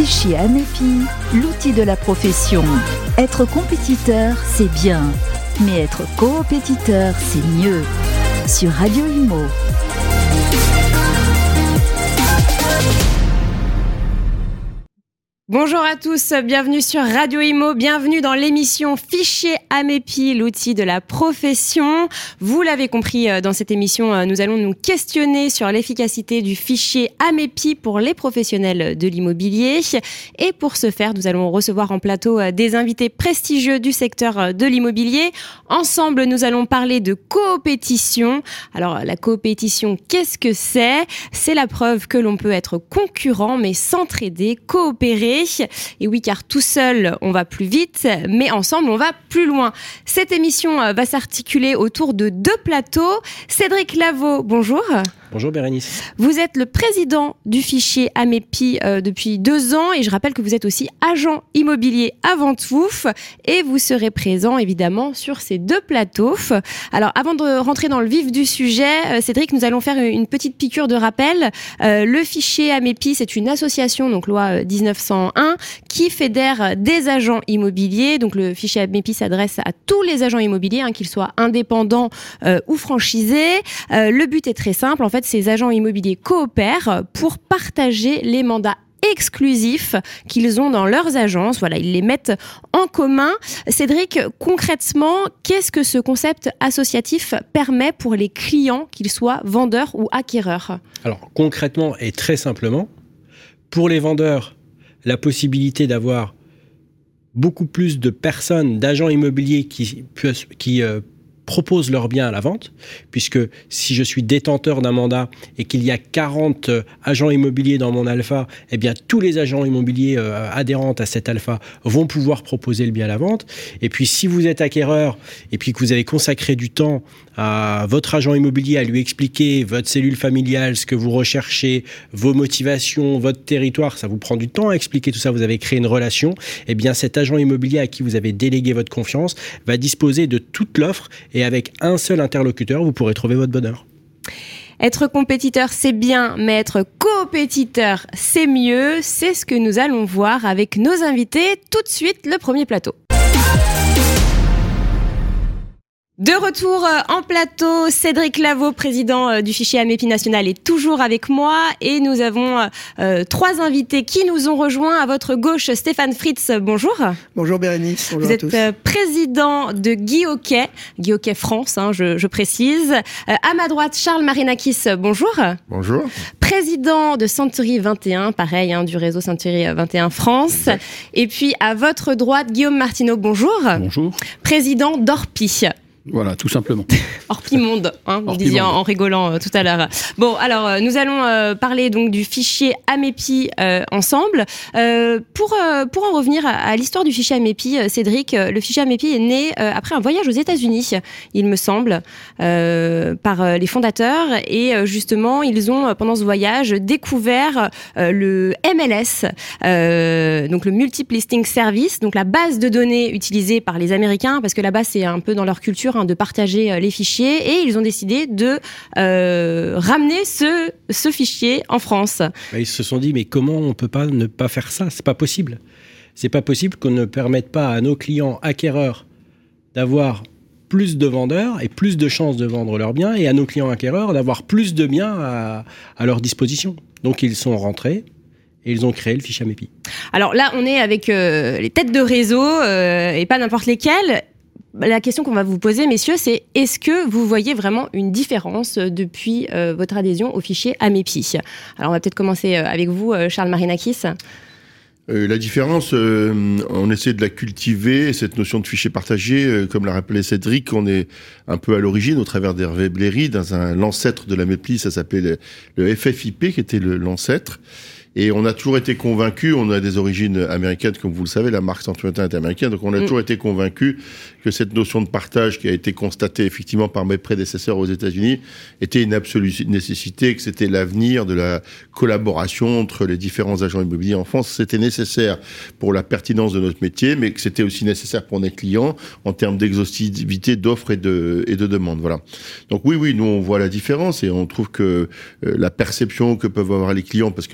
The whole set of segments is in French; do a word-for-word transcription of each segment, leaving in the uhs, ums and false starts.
Fichier Amépi, l'outil de la profession. Être compétiteur, c'est bien, mais être coopétiteur, c'est mieux. Sur Radio Imo. Bonjour à tous, bienvenue sur Radio Imo, bienvenue dans l'émission Fichier Amépi, l'outil de la profession. Vous l'avez compris, dans cette émission, nous allons nous questionner sur l'efficacité du fichier Amépi pour les professionnels de l'immobilier. Et pour ce faire, nous allons recevoir en plateau des invités prestigieux du secteur de l'immobilier. Ensemble, nous allons parler de coopétition. Alors, la coopétition, qu'est-ce que c'est ? C'est la preuve que l'on peut être concurrent, mais s'entraider, coopérer. Et oui, car tout seul, on va plus vite, mais ensemble, on va plus loin. Cette émission va s'articuler autour de deux plateaux. Cédric Lavaux, bonjour. Bonjour Bérénice. Vous êtes le président du fichier Amépi euh, depuis deux ans et je rappelle que vous êtes aussi agent immobilier à Ventoux et vous serez présent évidemment sur ces deux plateaux. Alors avant de rentrer dans le vif du sujet, euh, Cédric, nous allons faire une petite piqûre de rappel. Euh, le fichier Amépi, c'est une association, donc loi dix-neuf cent un, qui fédère des agents immobiliers. Donc le fichier Amépi s'adresse à tous les agents immobiliers, hein, qu'ils soient indépendants euh, ou franchisés. Euh, le but est très simple, en fait, ces agents immobiliers coopèrent pour partager les mandats exclusifs qu'ils ont dans leurs agences. Voilà, ils les mettent en commun. Cédric, concrètement, qu'est-ce que ce concept associatif permet pour les clients, qu'ils soient vendeurs ou acquéreurs ? Alors, concrètement et très simplement, pour les vendeurs, la possibilité d'avoir beaucoup plus de personnes, d'agents immobiliers qui, qui euh, proposent leurs biens à la vente, puisque si je suis détenteur d'un mandat et qu'il y a quarante euh, agents immobiliers dans mon alpha, eh bien tous les agents immobiliers euh, adhérents à cet alpha vont pouvoir proposer le bien à la vente. Et puis si vous êtes acquéreur et puis que vous avez consacré du temps à votre agent immobilier, à lui expliquer votre cellule familiale, ce que vous recherchez, vos motivations, votre territoire, ça vous prend du temps à expliquer tout ça, vous avez créé une relation, eh bien cet agent immobilier à qui vous avez délégué votre confiance va disposer de toute l'offre et avec un seul interlocuteur, vous pourrez trouver votre bonheur. Être compétiteur, c'est bien, mais être coopétiteur, c'est mieux. C'est ce que nous allons voir avec nos invités. Tout de suite, le premier plateau. De retour en plateau, Cédric Lavaux, président du fichier Amépi National, est toujours avec moi et nous avons euh, trois invités qui nous ont rejoints. À votre gauche, Stéphane Fritz, bonjour. Bonjour Bérénice, bonjour Vous à tous. Vous êtes président de Guy Hockey, Guy Hockey France, hein, je, je précise. Euh, à ma droite, Charles Marinakis, bonjour. Bonjour. Président de Century vingt et un, pareil, hein, du réseau Century vingt et un France. Exact. Et puis à votre droite, Guillaume Martineau, bonjour. Bonjour. Président d'Orpi. Voilà, tout simplement. Orpi-monde, hein, vous disiez en, en rigolant euh, tout à l'heure. Bon, alors, euh, nous allons euh, parler donc du fichier Amépi euh, ensemble. Euh, pour, euh, pour en revenir à, à l'histoire du fichier Amépi, euh, Cédric, euh, le fichier Amépi est né euh, après un voyage aux États-Unis, il me semble, euh, par euh, les fondateurs. Et euh, justement, ils ont, euh, pendant ce voyage, découvert euh, le M L S, euh, donc le Multiple Listing Service, donc la base de données utilisée par les Américains, parce que là-bas, c'est un peu dans leur culture, de partager les fichiers et ils ont décidé de euh, ramener ce, ce fichier en France. Ils se sont dit mais comment on peut pas ne pas faire ça ? C'est pas possible. C'est pas possible qu'on ne permette pas à nos clients acquéreurs d'avoir plus de vendeurs et plus de chances de vendre leurs biens et à nos clients acquéreurs d'avoir plus de biens à, à leur disposition. Donc ils sont rentrés et ils ont créé le fichier Amépi. Alors là on est avec euh, les têtes de réseau euh, et pas n'importe lesquelles. La question qu'on va vous poser, messieurs, c'est est-ce que vous voyez vraiment une différence depuis euh, votre adhésion au fichier Amépi ? Alors, on va peut-être commencer avec vous, Charles Marinakis. Euh, la différence, euh, on essaie de la cultiver, cette notion de fichier partagé, euh, comme l'a rappelé Cédric, on est un peu à l'origine, au travers d'Hervé Bléry, dans un l'ancêtre de l'Amépi, ça s'appelait le, le F F I P, qui était le, l'ancêtre. Et on a toujours été convaincus, on a des origines américaines, comme vous le savez, la marque Century vingt et un est américaine, donc on a mmh. toujours été convaincus que cette notion de partage qui a été constatée effectivement par mes prédécesseurs aux États-Unis était une absolue nécessité, que c'était l'avenir de la collaboration entre les différents agents immobiliers en France. C'était nécessaire pour la pertinence de notre métier, mais que c'était aussi nécessaire pour nos clients en termes d'exhaustivité d'offres et de, et de demandes. Voilà. Donc oui, oui, nous on voit la différence et on trouve que euh, la perception que peuvent avoir les clients, parce que malgré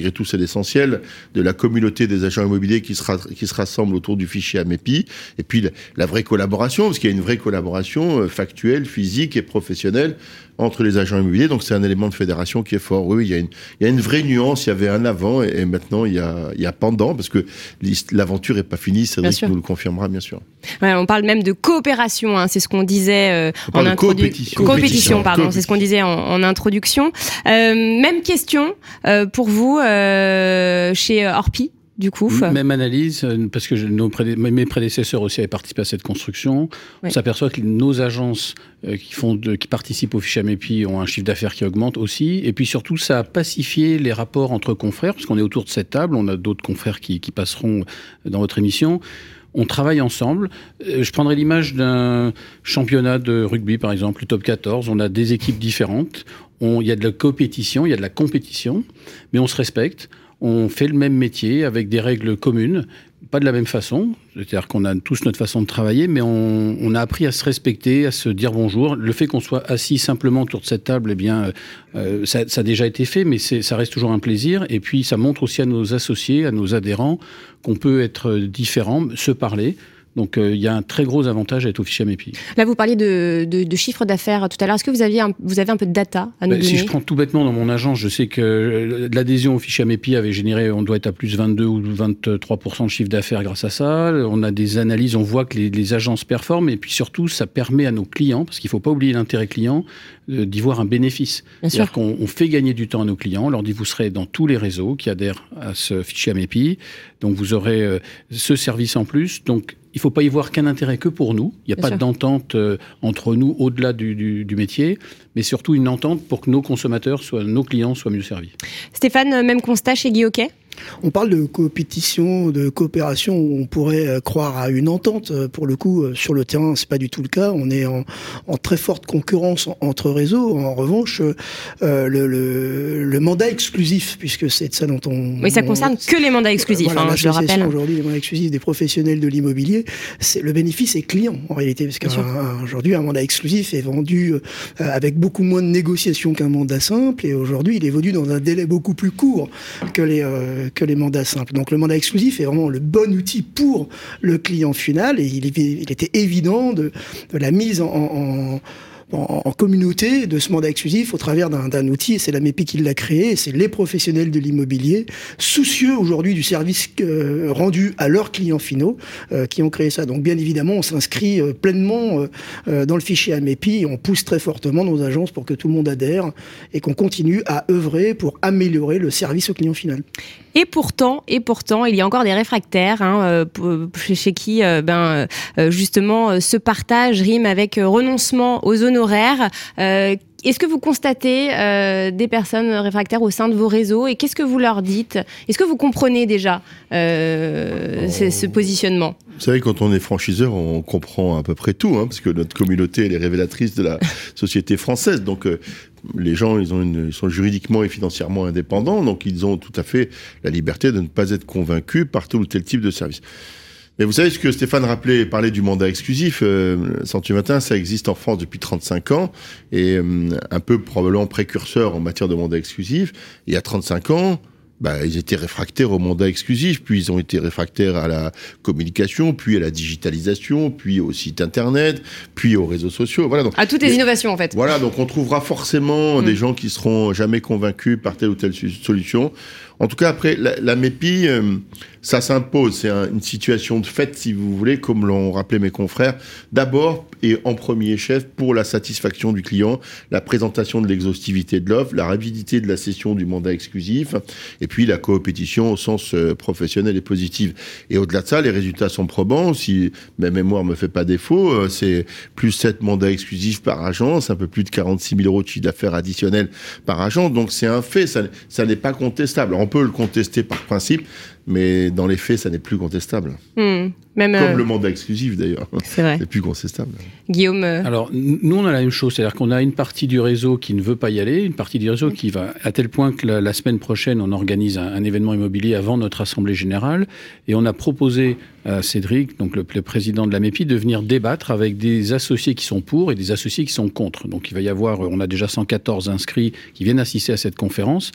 malgré tout, c'est l'essentiel, de la communauté des agents immobiliers qui se, ra- qui se rassemblent autour du fichier Amepi. Et puis, la, la vraie collaboration, parce qu'il y a une vraie collaboration euh, factuelle, physique et professionnelle entre les agents immobiliers. Donc, c'est un élément de fédération qui est fort. Oui, oui, il y a une, il y a une vraie nuance. Il y avait un avant et, et maintenant, il y a, il y a pendant, parce que l'aventure n'est pas finie. Cédric nous le confirmera, bien sûr. Ouais, on parle même de coopération. Hein, c'est ce qu'on disait euh, en introduction. Compétition. Compétition, pardon. Compétition. C'est ce qu'on disait en, en introduction. Euh, même question euh, pour vous euh, chez Orpi. Du coup, même analyse, parce que je, nos prédé- mes prédécesseurs aussi avaient participé à cette construction. Oui. On s'aperçoit que nos agences euh, qui, font de, qui participent au fichier Amepi ont un chiffre d'affaires qui augmente aussi. Et puis surtout, ça a pacifié les rapports entre confrères, parce qu'on est autour de cette table. On a d'autres confrères qui, qui passeront dans votre émission. On travaille ensemble. Je prendrai l'image d'un championnat de rugby, par exemple, le top quatorze. On a des équipes différentes. Il y a de la compétition, il y a de la compétition, mais on se respecte. On fait le même métier avec des règles communes, pas de la même façon. C'est-à-dire qu'on a tous notre façon de travailler, mais on, on a appris à se respecter, à se dire bonjour. Le fait qu'on soit assis simplement autour de cette table, eh bien, euh, ça, ça a déjà été fait, mais c'est, ça reste toujours un plaisir. Et puis, ça montre aussi à nos associés, à nos adhérents, qu'on peut être différents, se parler. Donc, euh, il y a un très gros avantage à être au fichier Amepi. Là, vous parliez de, de, de chiffre d'affaires tout à l'heure. Est-ce que vous, aviez un, vous avez un peu de data à nous bah, donner ? Si je prends tout bêtement dans mon agence, je sais que l'adhésion au fichier Amepi avait généré, on doit être à plus vingt-deux ou vingt-trois pour cent de chiffre d'affaires grâce à ça. On a des analyses, on voit que les, les agences performent. Et puis surtout, ça permet à nos clients, parce qu'il ne faut pas oublier l'intérêt client, d'y voir un bénéfice. Bien C'est-à-dire sûr. qu'on on fait gagner du temps à nos clients. On leur dit, vous serez dans tous les réseaux qui adhèrent à ce fichier Amepi. Donc, vous aurez euh, ce service en plus. Donc, il ne faut pas y voir qu'un intérêt que pour nous. Il n'y a Bien pas sûr. d'entente euh, entre nous au-delà du, du, du métier, mais surtout une entente pour que nos consommateurs, soient, nos clients soient mieux servis. Stéphane, même constat chez Guy Hockey ? On parle de compétition, de coopération, où on pourrait croire à une entente. Pour le coup, sur le terrain, c'est pas du tout le cas. On est en, en très forte concurrence entre réseaux. En revanche, euh, le, le, le mandat exclusif, puisque c'est de ça dont on... Oui, ça on, concerne que les mandats exclusifs, voilà, hein, je le rappelle. Aujourd'hui, les mandats exclusifs des professionnels de l'immobilier, c'est, le bénéfice est client, en réalité. Parce qu'aujourd'hui, un, un mandat exclusif est vendu euh, avec beaucoup moins de négociations qu'un mandat simple. Et aujourd'hui, il est vendu dans un délai beaucoup plus court que les... Euh, que les mandats simples. Donc le mandat exclusif est vraiment le bon outil pour le client final et il, il était évident de, de la mise en, en En, en communauté de ce mandat exclusif au travers d'un, d'un outil, et c'est l'Amepi qui l'a créé, et c'est les professionnels de l'immobilier, soucieux aujourd'hui du service euh, rendu à leurs clients finaux, euh, qui ont créé ça. Donc bien évidemment, on s'inscrit euh, pleinement euh, euh, dans le fichier Amepi, et on pousse très fortement nos agences pour que tout le monde adhère, et qu'on continue à œuvrer pour améliorer le service au client final. Et pourtant, et pourtant, il y a encore des réfractaires hein, euh, chez qui, euh, ben, euh, justement, euh, ce partage rime avec euh, renoncement aux honoraires. Euh, Est-ce que vous constatez euh, des personnes réfractaires au sein de vos réseaux et qu'est-ce que vous leur dites ? Est-ce que vous comprenez déjà euh, oh. ce, ce positionnement ? Vous savez, quand on est franchiseur, on comprend à peu près tout, hein, parce que notre communauté, elle est révélatrice de la société française. Donc, euh, les gens, ils, ont une, ils sont juridiquement et financièrement indépendants, donc ils ont tout à fait la liberté de ne pas être convaincus par tel ou tel type de service. Mais vous savez ce que Stéphane rappelait, parlait du mandat exclusif. Euh, Century Matin, ça existe en France depuis trente-cinq ans et euh, un peu probablement précurseur en matière de mandat exclusif. Il y a trente-cinq ans, bah, ils étaient réfractaires au mandat exclusif, puis ils ont été réfractaires à la communication, puis à la digitalisation, puis au site internet, puis aux réseaux sociaux. Voilà, donc, à toutes les et, innovations en fait. Voilà, donc on trouvera forcément mmh. des gens qui seront jamais convaincus par telle ou telle solution. En tout cas, après, la, la Amepi, euh, ça s'impose. C'est un, une situation de fait, si vous voulez, comme l'ont rappelé mes confrères. D'abord, et en premier chef, pour la satisfaction du client, la présentation de l'exhaustivité de l'offre, la rapidité de la cession du mandat exclusif, et puis la coopétition au sens euh, professionnel et positif. Et au-delà de ça, les résultats sont probants. Si ma mémoire me fait pas défaut, euh, c'est plus sept mandats exclusifs par agence, un peu plus de quarante-six mille euros de chiffre d'affaires additionnel par agence. Donc c'est un fait, ça, ça n'est pas contestable. Alors, on peut le contester par principe, mais dans les faits, ça n'est plus contestable. Mmh. Même, Comme euh... le mandat exclusif, d'ailleurs. C'est vrai. C'est plus contestable. Guillaume euh... Alors, nous, on a la même chose. C'est-à-dire qu'on a une partie du réseau qui ne veut pas y aller, une partie du réseau mmh. qui va, à tel point que la, la semaine prochaine, on organise un, un événement immobilier avant notre assemblée générale. Et on a proposé à Cédric, donc le, le président de l'Amepi, de venir débattre avec des associés qui sont pour et des associés qui sont contre. Donc, il va y avoir, on a déjà cent quatorze inscrits qui viennent assister à cette conférence.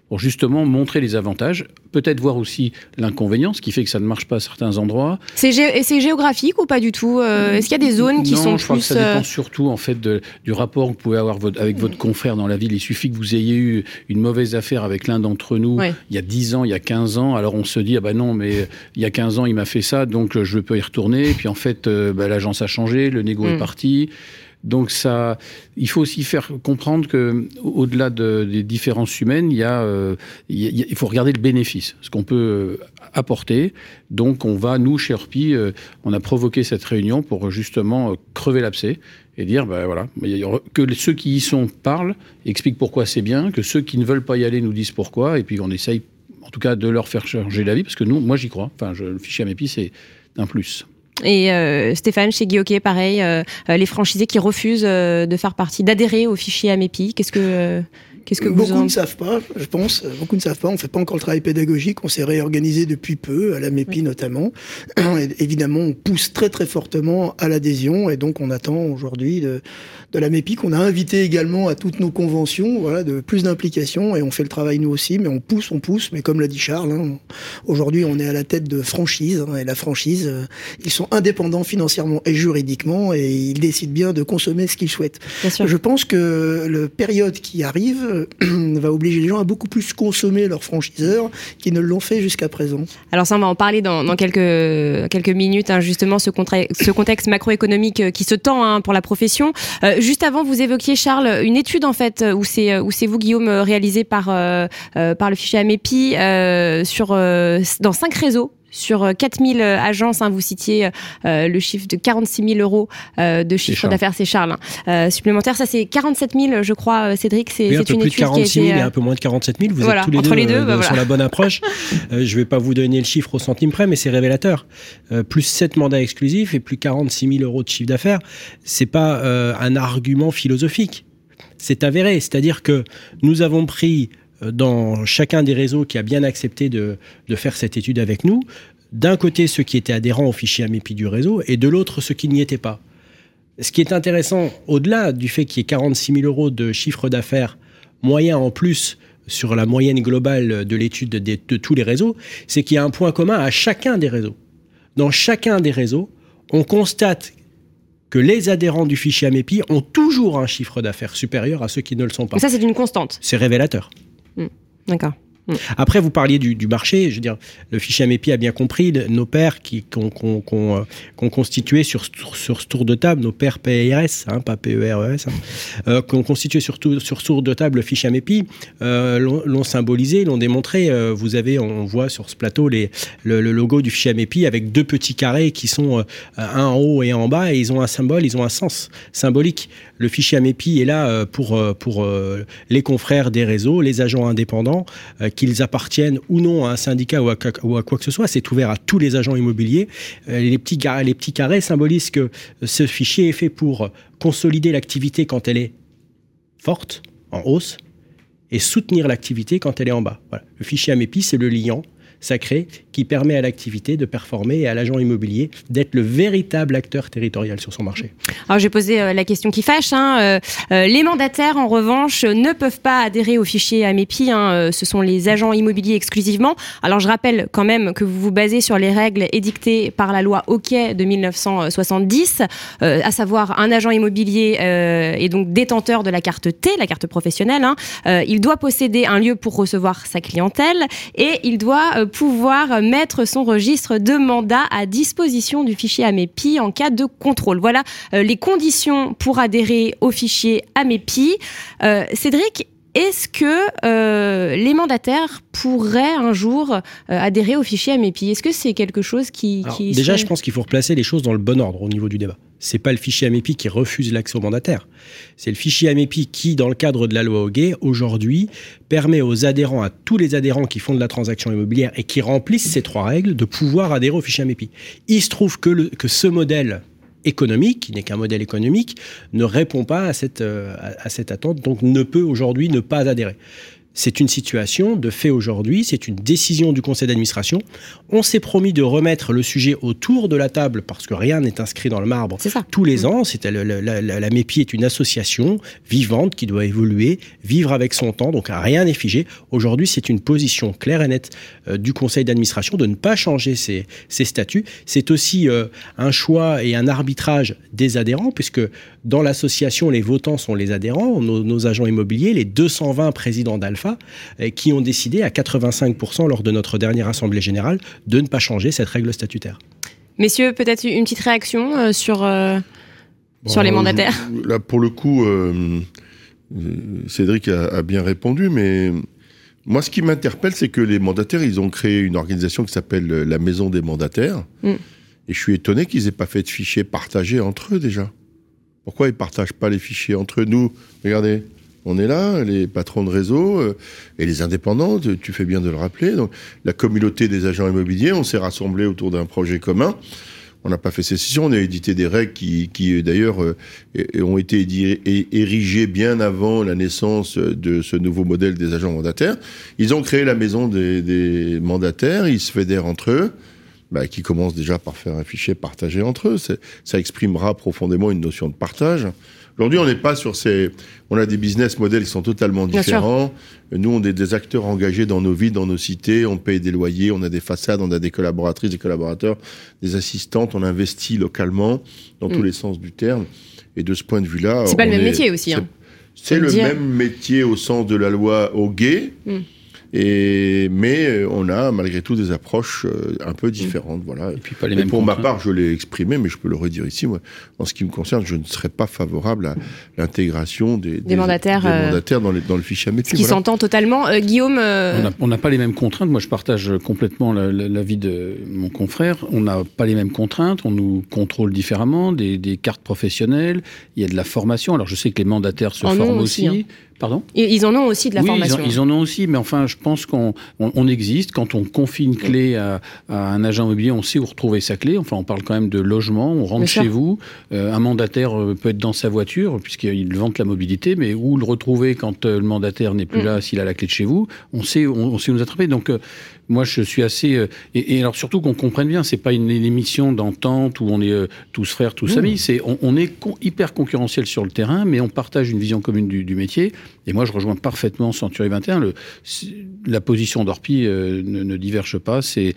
pour justement montrer les avantages, peut-être voir aussi l'inconvénient, ce qui fait que ça ne marche pas à certains endroits. C'est, gé- et c'est géographique ou pas du tout euh, Est-ce qu'il y a des zones qui non, sont je crois plus... que ça dépend surtout en fait de, du rapport que vous pouvez avoir votre, avec votre confrère dans la ville. Il suffit que vous ayez eu une mauvaise affaire avec l'un d'entre nous ouais. il y a dix ans, il y a quinze ans, alors on se dit ah bah non mais il y a quinze ans il m'a fait ça donc je peux y retourner, puis en fait euh, bah, l'agence a changé, le négo mmh. est parti. Donc ça, il faut aussi faire comprendre que au-delà de, des différences humaines, il y a, euh, il, y a, il faut regarder le bénéfice, ce qu'on peut apporter. Donc on va, nous chez Orpi, euh, on a provoqué cette réunion pour justement euh, crever l'abcès et dire, ben voilà, que ceux qui y sont parlent, expliquent pourquoi c'est bien, que ceux qui ne veulent pas y aller nous disent pourquoi, et puis on essaye, en tout cas, de leur faire changer la vie, parce que nous, moi j'y crois. Enfin, je, le fichier Amepi, c'est un plus. Et euh, Stéphane, chez Guy-Hockey, pareil, euh, les franchisés qui refusent euh, de faire partie, d'adhérer au fichier Amepi, qu'est-ce que, euh, qu'est-ce que vous Beaucoup en... ne savent pas, je pense. Beaucoup ne savent pas. On ne fait pas encore le travail pédagogique. On s'est réorganisé depuis peu, à l'Amepi oui. notamment. Et évidemment, on pousse très très fortement à l'adhésion. Et donc, on attend aujourd'hui de, de l'Amepi, qu'on a invité également à toutes nos conventions, voilà, de plus d'implication. Et on fait le travail nous aussi, mais on pousse, on pousse. Mais comme l'a dit Charles, hein, aujourd'hui, on est à la tête de franchise. Hein, et la franchise, euh, ils sont indépendants financièrement et juridiquement, et ils décident bien de consommer ce qu'ils souhaitent. Je pense que la période qui arrive va obliger les gens à beaucoup plus consommer leurs franchiseurs qui ne l'ont fait jusqu'à présent. Alors ça, on va en parler dans, dans quelques, quelques minutes, hein, justement, ce, contra- ce contexte macroéconomique qui se tend hein, pour la profession. Euh, juste avant, vous évoquiez, Charles, une étude, en fait, où c'est, où c'est vous, Guillaume, réalisée par, euh, euh, par le fichier Amepi euh, sur, euh, dans cinq réseaux. Sur quatre mille agences, hein, vous citiez euh, le chiffre de quarante-six mille euros euh, de chiffre d'affaires, c'est Charles, hein, euh, supplémentaire. Ça, c'est quarante-sept mille, je crois, Cédric. C'est, oui, c'est un peu une plus étude de quarante-six mille qui a été, et un peu moins de quarante-sept mille. Vous voilà, êtes tous les entre deux, les deux euh, bah, sur voilà. la bonne approche. euh, je ne vais pas vous donner le chiffre au centime près, mais c'est révélateur. Euh, plus sept mandats exclusifs et plus quarante-six mille euros de chiffre d'affaires. C'est pas euh, un argument philosophique. C'est avéré. C'est-à-dire que nous avons pris dans chacun des réseaux qui a bien accepté de, de faire cette étude avec nous, d'un côté ceux qui étaient adhérents au fichier Amepi du réseau et de l'autre ceux qui n'y étaient pas. Ce qui est intéressant, au-delà du fait qu'il y ait quarante-six mille euros de chiffre d'affaires moyen en plus sur la moyenne globale de l'étude de, de, de tous les réseaux, c'est qu'il y a un point commun à chacun des réseaux. Dans chacun des réseaux, on constate que les adhérents du fichier Amepi ont toujours un chiffre d'affaires supérieur à ceux qui ne le sont pas. Et ça, c'est une constante. C'est révélateur. Mmh. D'accord. Après, vous parliez du, du marché. Je veux dire, le fichier Amepi a bien compris nos pairs qui qu'on qu'on qu'on qu'on constitué sur sur ce tour de table, nos pairs P R S, hein, pas P E R E S, hein, euh, qu'on constitué sur tout, sur ce tour de table le fichier Amepi, euh, l'ont, l'ont symbolisé, l'ont démontré. Euh, vous avez, on voit sur ce plateau les le, le logo du fichier Amepi avec deux petits carrés qui sont euh, un en haut et un en bas, et ils ont un symbole, ils ont un sens symbolique. Le fichier Amepi est là pour pour les confrères des réseaux, les agents indépendants, qu'ils appartiennent ou non à un syndicat ou à, ou à quoi que ce soit. C'est ouvert à tous les agents immobiliers. Les petits carrés, les petits carrés symbolisent que ce fichier est fait pour consolider l'activité quand elle est forte, en hausse, et soutenir l'activité quand elle est en bas. Voilà. Le fichier Amepi, c'est le liant sacré qui permet à l'activité de performer et à l'agent immobilier d'être le véritable acteur territorial sur son marché. Alors j'ai posé euh, la question qui fâche. Hein. Euh, euh, les mandataires, en revanche, ne peuvent pas adhérer au fichier Amepi. Hein. Euh, ce sont les agents immobiliers exclusivement. Alors je rappelle quand même que vous vous basez sur les règles édictées par la loi Hockey de mille neuf cent soixante-dix, euh, à savoir un agent immobilier euh, est donc détenteur de la carte T, la carte professionnelle. Hein. Euh, il doit posséder un lieu pour recevoir sa clientèle et il doit euh, pouvoir mettre son registre de mandat à disposition du fichier Amepi en cas de contrôle. Voilà euh, les conditions pour adhérer au fichier Amepi. Euh, Cédric, est-ce que euh, les mandataires pourraient un jour euh, adhérer au fichier Amepi ? Est-ce que c'est quelque chose qui... Alors, qui déjà, serait... je pense qu'il faut replacer les choses dans le bon ordre au niveau du débat. C'est pas le fichier Amepi qui refuse l'accès aux mandataires. C'est le fichier Amepi qui, dans le cadre de la loi Hoguet, aujourd'hui, permet aux adhérents, à tous les adhérents qui font de la transaction immobilière et qui remplissent ces trois règles, de pouvoir adhérer au fichier Amepi. Il se trouve que, le, que ce modèle économique, qui n'est qu'un modèle économique, ne répond pas à cette, euh, à, à cette attente, donc ne peut aujourd'hui ne pas adhérer. C'est une situation de fait aujourd'hui, c'est une décision du conseil d'administration. On s'est promis de remettre le sujet autour de la table parce que rien n'est inscrit dans le marbre tous les mmh. ans. C'est, la, la, la, la MEPI est une association vivante qui doit évoluer, vivre avec son temps, donc rien n'est figé. Aujourd'hui, c'est une position claire et nette euh, du conseil d'administration de ne pas changer ses, ses statuts. C'est aussi euh, un choix et un arbitrage des adhérents, puisque dans l'association, les votants sont les adhérents, nos, nos agents immobiliers, les deux cent vingt présidents d'Alpha, qui ont décidé à quatre-vingt-cinq pour cent lors de notre dernière assemblée générale de ne pas changer cette règle statutaire. Messieurs, peut-être une petite réaction euh, sur, euh, bon, sur les mandataires. Je, là, pour le coup, euh, Cédric a, a bien répondu, mais moi, ce qui m'interpelle, c'est que les mandataires, ils ont créé une organisation qui s'appelle la Maison des mandataires, mm. et je suis étonné qu'ils n'aient pas fait de fichiers partagés entre eux déjà. Pourquoi ils ne partagent pas les fichiers entre nous ? Regardez. On est là, les patrons de réseau euh, et les indépendants, tu fais bien de le rappeler. Donc, la communauté des agents immobiliers, on s'est rassemblés autour d'un projet commun. On n'a pas fait sécession, on a édité des règles qui, qui d'ailleurs, euh, ont été érigées bien avant la naissance de ce nouveau modèle des agents mandataires. Ils ont créé la maison des, des mandataires, ils se fédèrent entre eux. Bah, qui commence déjà par faire un fichier partagé entre eux. C'est, ça exprimera profondément une notion de partage. Aujourd'hui, on n'est pas sur ces... On a des business models qui sont totalement différents. Nous, on est des acteurs engagés dans nos villes, dans nos cités. On paye des loyers, on a des façades, on a des collaboratrices, des collaborateurs, des assistantes. On investit localement, dans mmh. tous les sens du terme. Et de ce point de vue-là... C'est pas le même est... métier aussi. Hein. C'est, c'est le dire. même métier au sens de la loi au guet. Mmh. Et, mais on a malgré tout des approches un peu différentes. Voilà. Et, puis pas les et mêmes pour contraintes. ma part, je l'ai exprimé, mais je peux le redire ici. Moi, en ce qui me concerne, je ne serais pas favorable à l'intégration des, des, des mandataires, des mandataires dans, les, dans le fichier MEPI. Ce qui voilà. s'entend totalement. Euh, Guillaume euh... On n'a pas les mêmes contraintes. Moi, je partage complètement la, la, l'avis de mon confrère. On n'a pas les mêmes contraintes. On nous contrôle différemment. Des, des cartes professionnelles. Il y a de la formation. Alors, je sais que les mandataires se en forment aussi. aussi. Hein. Pardon ? Ils en ont aussi de la oui, formation. Ils en, ils en ont aussi, mais enfin, je pense qu'on on, on existe. Quand on confie une clé à, à un agent immobilier, on sait où retrouver sa clé. Enfin, on parle quand même de logement. On rentre chez vous. Euh, un mandataire peut être dans sa voiture, puisqu'il vante la mobilité, mais où le retrouver quand euh, le mandataire n'est plus mmh. là, s'il a la clé de chez vous, on sait, on, on sait où nous attraper. Donc, euh, moi, je suis assez... Euh, et, et alors, surtout qu'on comprenne bien, c'est pas une, une émission d'entente où on est euh, tous frères, tous mmh. amis. C'est, on, on est con, hyper concurrentiel sur le terrain, mais on partage une vision commune du, du métier. Et moi, je rejoins parfaitement Century vingt et un. Le, la position d'Orpi euh, ne, ne diverge pas. C'est...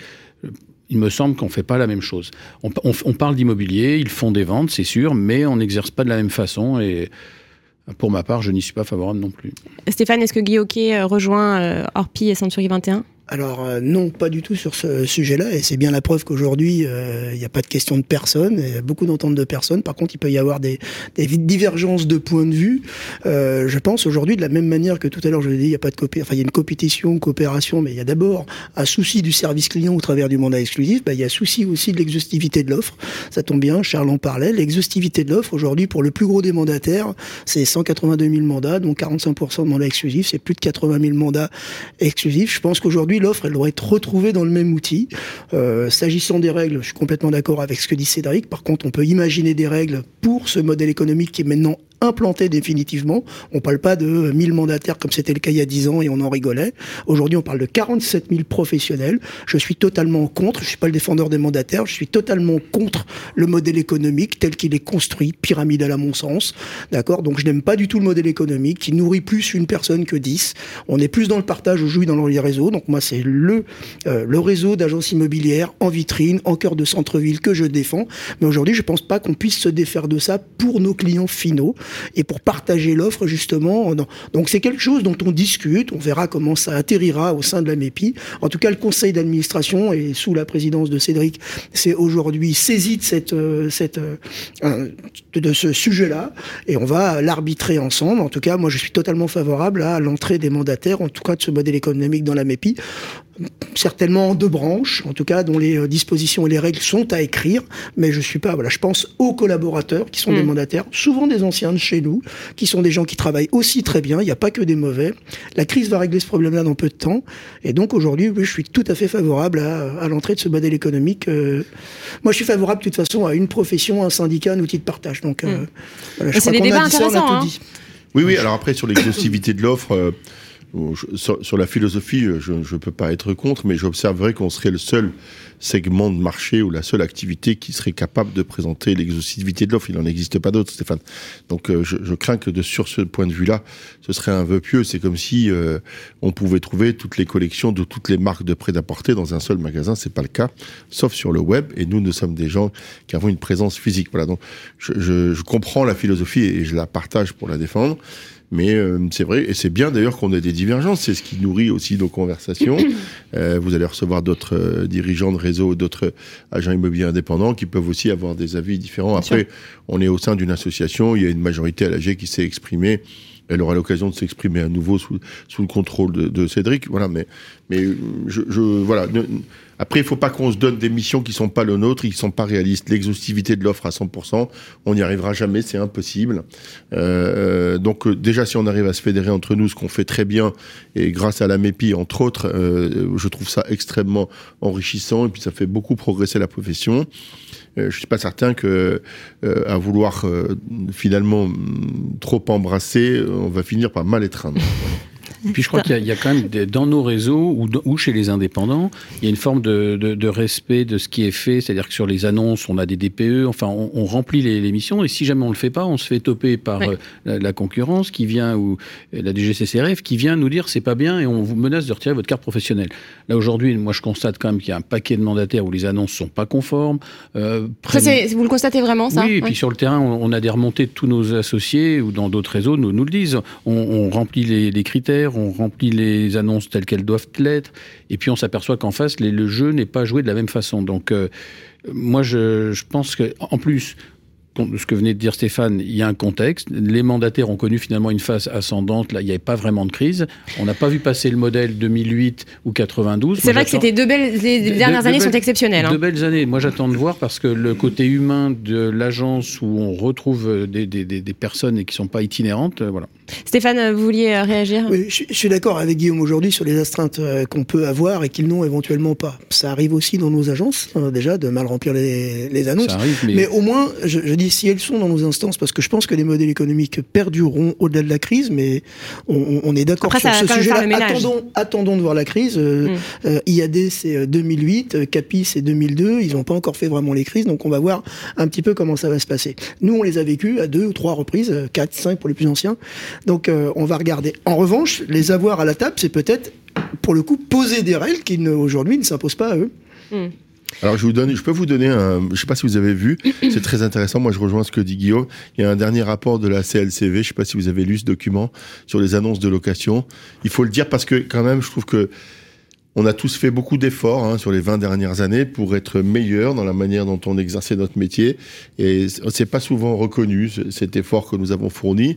Il me semble qu'on ne fait pas la même chose. On, on, on parle d'immobilier, ils font des ventes, c'est sûr, mais on n'exerce pas de la même façon. Et pour ma part, je n'y suis pas favorable non plus. Stéphane, est-ce que Guy Hockey rejoint euh, Orpi et Century vingt et un ? Alors euh, non, pas du tout sur ce sujet-là, et c'est bien la preuve qu'aujourd'hui, il euh, n'y a pas de question de personne, il y a beaucoup d'ententes de personnes. Par contre, il peut y avoir des, des divergences de points de vue. Euh, je pense aujourd'hui, de la même manière que tout à l'heure, je l'ai dit, il y a pas de copé... enfin, il y a une compétition, coopération, mais il y a d'abord un souci du service client au travers du mandat exclusif. Bah, il y a souci aussi de l'exhaustivité de l'offre. Ça tombe bien, Charles en parlait. L'exhaustivité de l'offre, aujourd'hui, pour le plus gros des mandataires, c'est cent quatre-vingt-deux mille mandats, donc quarante-cinq pour cent de mandats exclusifs, c'est plus de quatre-vingt mille mandats exclusifs. Je pense qu'aujourd'hui, l'offre, elle doit être retrouvée dans le même outil. Euh, s'agissant des règles, je suis complètement d'accord avec ce que dit Cédric. Par contre, on peut imaginer des règles pour ce modèle économique qui est maintenant implanté définitivement. On parle pas de mille mandataires comme c'était le cas il y a dix ans et on en rigolait. Aujourd'hui, on parle de quarante-sept mille professionnels. Je suis totalement contre, je suis pas le défendeur des mandataires, je suis totalement contre le modèle économique tel qu'il est construit, pyramidal à mon sens. D'accord ? Donc je n'aime pas du tout le modèle économique qui nourrit plus une personne que dix. On est plus dans le partage aujourd'hui dans les réseaux. Donc moi, c'est le, euh, le réseau d'agences immobilières en vitrine, en cœur de centre-ville que je défends. Mais aujourd'hui, je pense pas qu'on puisse se défaire de ça pour nos clients finaux et pour partager l'offre, justement. Donc c'est quelque chose dont on discute, on verra comment ça atterrira au sein de la MEPI. En tout cas, le conseil d'administration, et sous la présidence de Cédric, c'est aujourd'hui saisi de, cette, cette, euh, de ce sujet-là, et on va l'arbitrer ensemble. En tout cas, moi je suis totalement favorable à l'entrée des mandataires, en tout cas de ce modèle économique dans la MEPI. Certainement en deux branches, en tout cas dont les dispositions et les règles sont à écrire, mais je suis pas, voilà, je pense aux collaborateurs qui sont mmh. des mandataires, souvent des anciens de chez nous, qui sont des gens qui travaillent aussi très bien, il n'y a pas que des mauvais. La crise va régler ce problème-là dans peu de temps, et donc aujourd'hui, oui, je suis tout à fait favorable à, à l'entrée de ce modèle économique. Euh, moi, je suis favorable de toute façon à une profession, un syndicat, un outil de partage. Donc, euh, mmh. voilà, je c'est des débats intéressants. Hein. Oui, oui, alors après, sur l'exhaustivité de l'offre... Euh, je, sur, sur la philosophie, je ne peux pas être contre, mais j'observerais qu'on serait le seul segment de marché ou la seule activité qui serait capable de présenter l'exhaustivité de l'offre. Il n'en existe pas d'autres, Stéphane. Donc euh, je, je crains que de, sur ce point de vue-là, ce serait un vœu pieux. C'est comme si euh, on pouvait trouver toutes les collections de toutes les marques de prêt-à-porter dans un seul magasin. C'est pas le cas, sauf sur le web. Et nous, nous sommes des gens qui avons une présence physique. Voilà. Donc je, je, je comprends la philosophie et je la partage pour la défendre. Mais euh, c'est vrai, et c'est bien d'ailleurs qu'on ait des divergences, c'est ce qui nourrit aussi nos conversations. Euh, vous allez recevoir d'autres euh, dirigeants de réseau, d'autres agents immobiliers indépendants qui peuvent aussi avoir des avis différents. Bien Après, sûr. On est au sein d'une association, il y a une majorité à l'A G qui s'est exprimée. Elle aura l'occasion de s'exprimer à nouveau sous, sous le contrôle de, de Cédric. Voilà, mais, mais je, je, voilà. Après, il ne faut pas qu'on se donne des missions qui ne sont pas les nôtres, qui ne sont pas réalistes. L'exhaustivité de l'offre à cent pour cent, on n'y arrivera jamais, c'est impossible. Euh, donc déjà, si on arrive à se fédérer entre nous, ce qu'on fait très bien, et grâce à la M E P I, entre autres, euh, je trouve ça extrêmement enrichissant, et puis ça fait beaucoup progresser la profession. Euh, je suis pas certain que euh, à vouloir euh, finalement trop embrasser, on va finir par mal étreindre. Puis je crois qu'il y a, il y a quand même des, dans nos réseaux ou, ou chez les indépendants, il y a une forme de, de, de respect de ce qui est fait. C'est-à-dire que sur les annonces, on a des D P E. Enfin, on, on remplit les, les missions. Et si jamais on le fait pas, on se fait toper par ouais. euh, la, la concurrence qui vient ou la D G C C R F qui vient nous dire c'est pas bien et on vous menace de retirer votre carte professionnelle. Là aujourd'hui, moi je constate quand même qu'il y a un paquet de mandataires où les annonces sont pas conformes. Euh, ça, c'est, vous le constatez vraiment ça ? Oui. Et ouais. puis sur le terrain, on, on a des remontées de tous nos associés ou dans d'autres réseaux nous, nous le disent. On, on remplit les, les critères. On remplit les annonces telles qu'elles doivent l'être, et puis on s'aperçoit qu'en face, les, le jeu n'est pas joué de la même façon. Donc, euh, moi, je, je pense qu'en plus, ce que venait de dire Stéphane, il y a un contexte. Les mandataires ont connu finalement une phase ascendante. Là, il n'y avait pas vraiment de crise. On n'a pas vu passer le modèle deux mille huit ou quatre-vingt-douze. C'est Moi, vrai j'attends... que c'était deux belles... Les dernières de, années de belles, sont exceptionnelles. Hein. Deux belles années. Moi, j'attends de voir parce que le côté humain de l'agence où on retrouve des, des, des, des personnes qui ne sont pas itinérantes, voilà. Stéphane, vous vouliez réagir ? Oui, je, je suis d'accord avec Guillaume aujourd'hui sur les astreintes euh, qu'on peut avoir et qu'ils n'ont éventuellement pas. Ça arrive aussi dans nos agences, euh, déjà, de mal remplir les, les annonces. Ça arrive, mais... mais au moins, je, je dis si elles sont dans nos instances, parce que je pense que les modèles économiques perdureront au-delà de la crise, mais on, on est d'accord Après, sur ce sujet-là. Attendons, attendons de voir la crise. Euh, mm. euh, I A D, c'est deux mille huit, CAPI, c'est deux mille deux. Ils n'ont pas encore fait vraiment les crises, donc on va voir un petit peu comment ça va se passer. Nous, on les a vécus à deux ou trois reprises, quatre, cinq pour les plus anciens. Donc, euh, on va regarder. En revanche, les avoir à la table, c'est peut-être, pour le coup, poser des règles qui, ne, aujourd'hui, ne s'imposent pas à eux. Mm. Alors, je, vous donne, je peux vous donner un... Je ne sais pas si vous avez vu, c'est très intéressant. Moi, je rejoins ce que dit Guillaume. Il y a un dernier rapport de la C L C V. Je ne sais pas si vous avez lu ce document sur les annonces de location. Il faut le dire parce que, quand même, je trouve que on a tous fait beaucoup d'efforts hein, sur les vingt dernières années pour être meilleurs dans la manière dont on exerçait notre métier. Et c'est pas souvent reconnu, cet effort que nous avons fourni.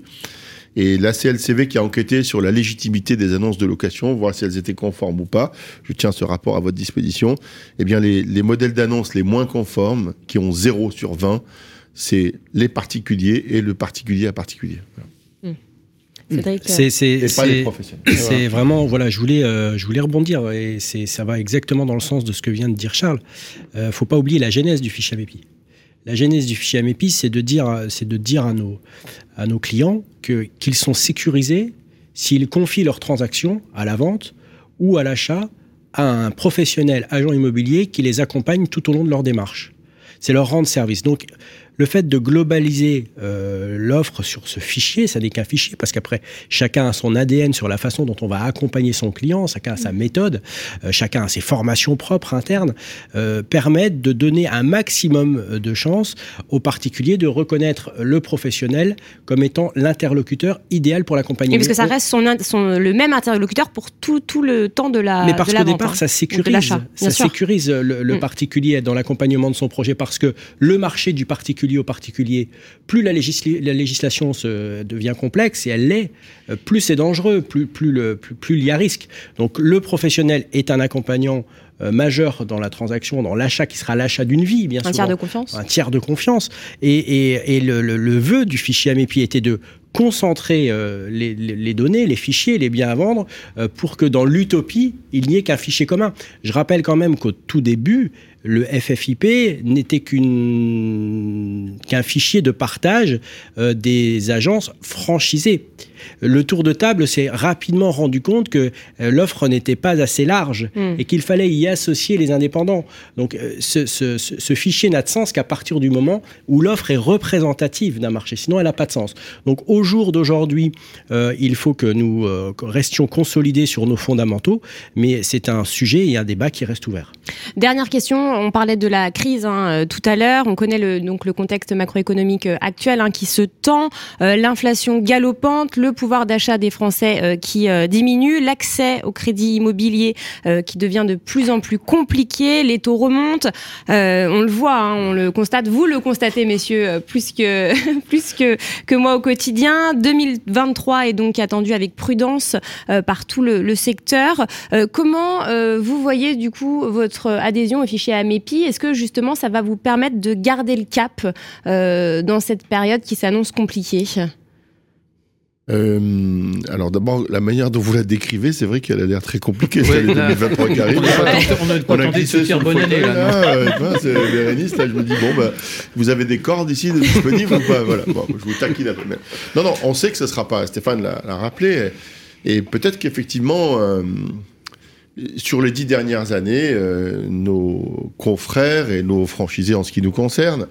Et la C L C V qui a enquêté sur la légitimité des annonces de location, voir si elles étaient conformes ou pas, je tiens ce rapport à votre disposition, eh bien les, les modèles d'annonces les moins conformes, qui ont zéro sur vingt, c'est les particuliers et le particulier à particulier. Voilà. Cédric, c'est c'est c'est, c'est vraiment voilà je voulais euh, je voulais rebondir et c'est ça va exactement dans le sens de ce que vient de dire Charles. Euh, faut pas oublier la genèse du fichier A M E P I. La genèse du fichier A M E P I, c'est de dire c'est de dire à nos à nos clients que qu'ils sont sécurisés s'ils confient leurs transactions à la vente ou à l'achat à un professionnel agent immobilier qui les accompagne tout au long de leur démarche. C'est leur rendre service. Donc le fait de globaliser euh, l'offre sur ce fichier, ça n'est qu'un fichier, parce qu'après, chacun a son A D N sur la façon dont on va accompagner son client, chacun a sa méthode, euh, chacun a ses formations propres internes, euh, permettent de donner un maximum de chances aux particuliers de reconnaître le professionnel comme étant l'interlocuteur idéal pour l'accompagner. Et parce que ça reste son, son, le même interlocuteur pour tout, tout le temps de la Mais parce de qu'au la départ, vente, ça sécurise, ça sécurise le, le mmh. particulier dans l'accompagnement de son projet, parce que le marché du particulier au particulier, plus la, législ- la législation se devient complexe, et elle l'est, plus c'est dangereux, plus, plus, le, plus, plus il y a risque. Donc le professionnel est un accompagnant euh, majeur dans la transaction, dans l'achat qui sera l'achat d'une vie, bien sûr. Un souvent. tiers de confiance. Un tiers de confiance. Et, et, et le, le, le vœu du fichier A M E P I était de concentrer euh, les, les, les données, les fichiers, les biens à vendre, euh, pour que dans l'utopie, il n'y ait qu'un fichier commun. Je rappelle quand même qu'au tout début, le F F I P n'était qu'une, qu'un fichier de partage euh, des agences franchisées. Le tour de table s'est rapidement rendu compte que euh, l'offre n'était pas assez large mmh. et qu'il fallait y associer les indépendants. Donc euh, ce, ce, ce fichier n'a de sens qu'à partir du moment où l'offre est représentative d'un marché. Sinon, elle n'a pas de sens. Donc au jour d'aujourd'hui, euh, il faut que nous euh, restions consolidés sur nos fondamentaux, mais c'est un sujet et un débat qui reste ouvert. Dernière question, on parlait de la crise hein, tout à l'heure, on connaît le, donc le contexte macroéconomique actuel hein, qui se tend, euh, l'inflation galopante, le pouvoir d'achat des Français euh, qui euh, diminue, l'accès au crédit immobilier euh, qui devient de plus en plus compliqué, les taux remontent, euh, on le voit, hein, on le constate, vous le constatez messieurs, euh, plus que plus que que moi au quotidien. deux mille vingt-trois est donc attendu avec prudence euh, par tout le, le secteur. Euh, comment euh, vous voyez du coup votre adhésion au fichier Amepi? Est-ce que justement ça va vous permettre de garder le cap euh, dans cette période qui s'annonce compliquée? Euh, alors d'abord, la manière dont vous la décrivez, c'est vrai qu'elle a l'air très compliquée. Ouais, l'année là, deux mille vingt-trois qui arrive. On a pas tenté de se dire bonne année. Là, là, euh, c'est béréniste, là, je me dis, bon, bah, vous avez des cordes ici de disponibles ou pas? Voilà, bon, je vous taquine un peu. Mais... Non, non, on sait que ce ne sera pas. Stéphane l'a, l'a rappelé. Et, et peut-être qu'effectivement, euh, sur les dix dernières années, euh, nos confrères et nos franchisés en ce qui nous concerne,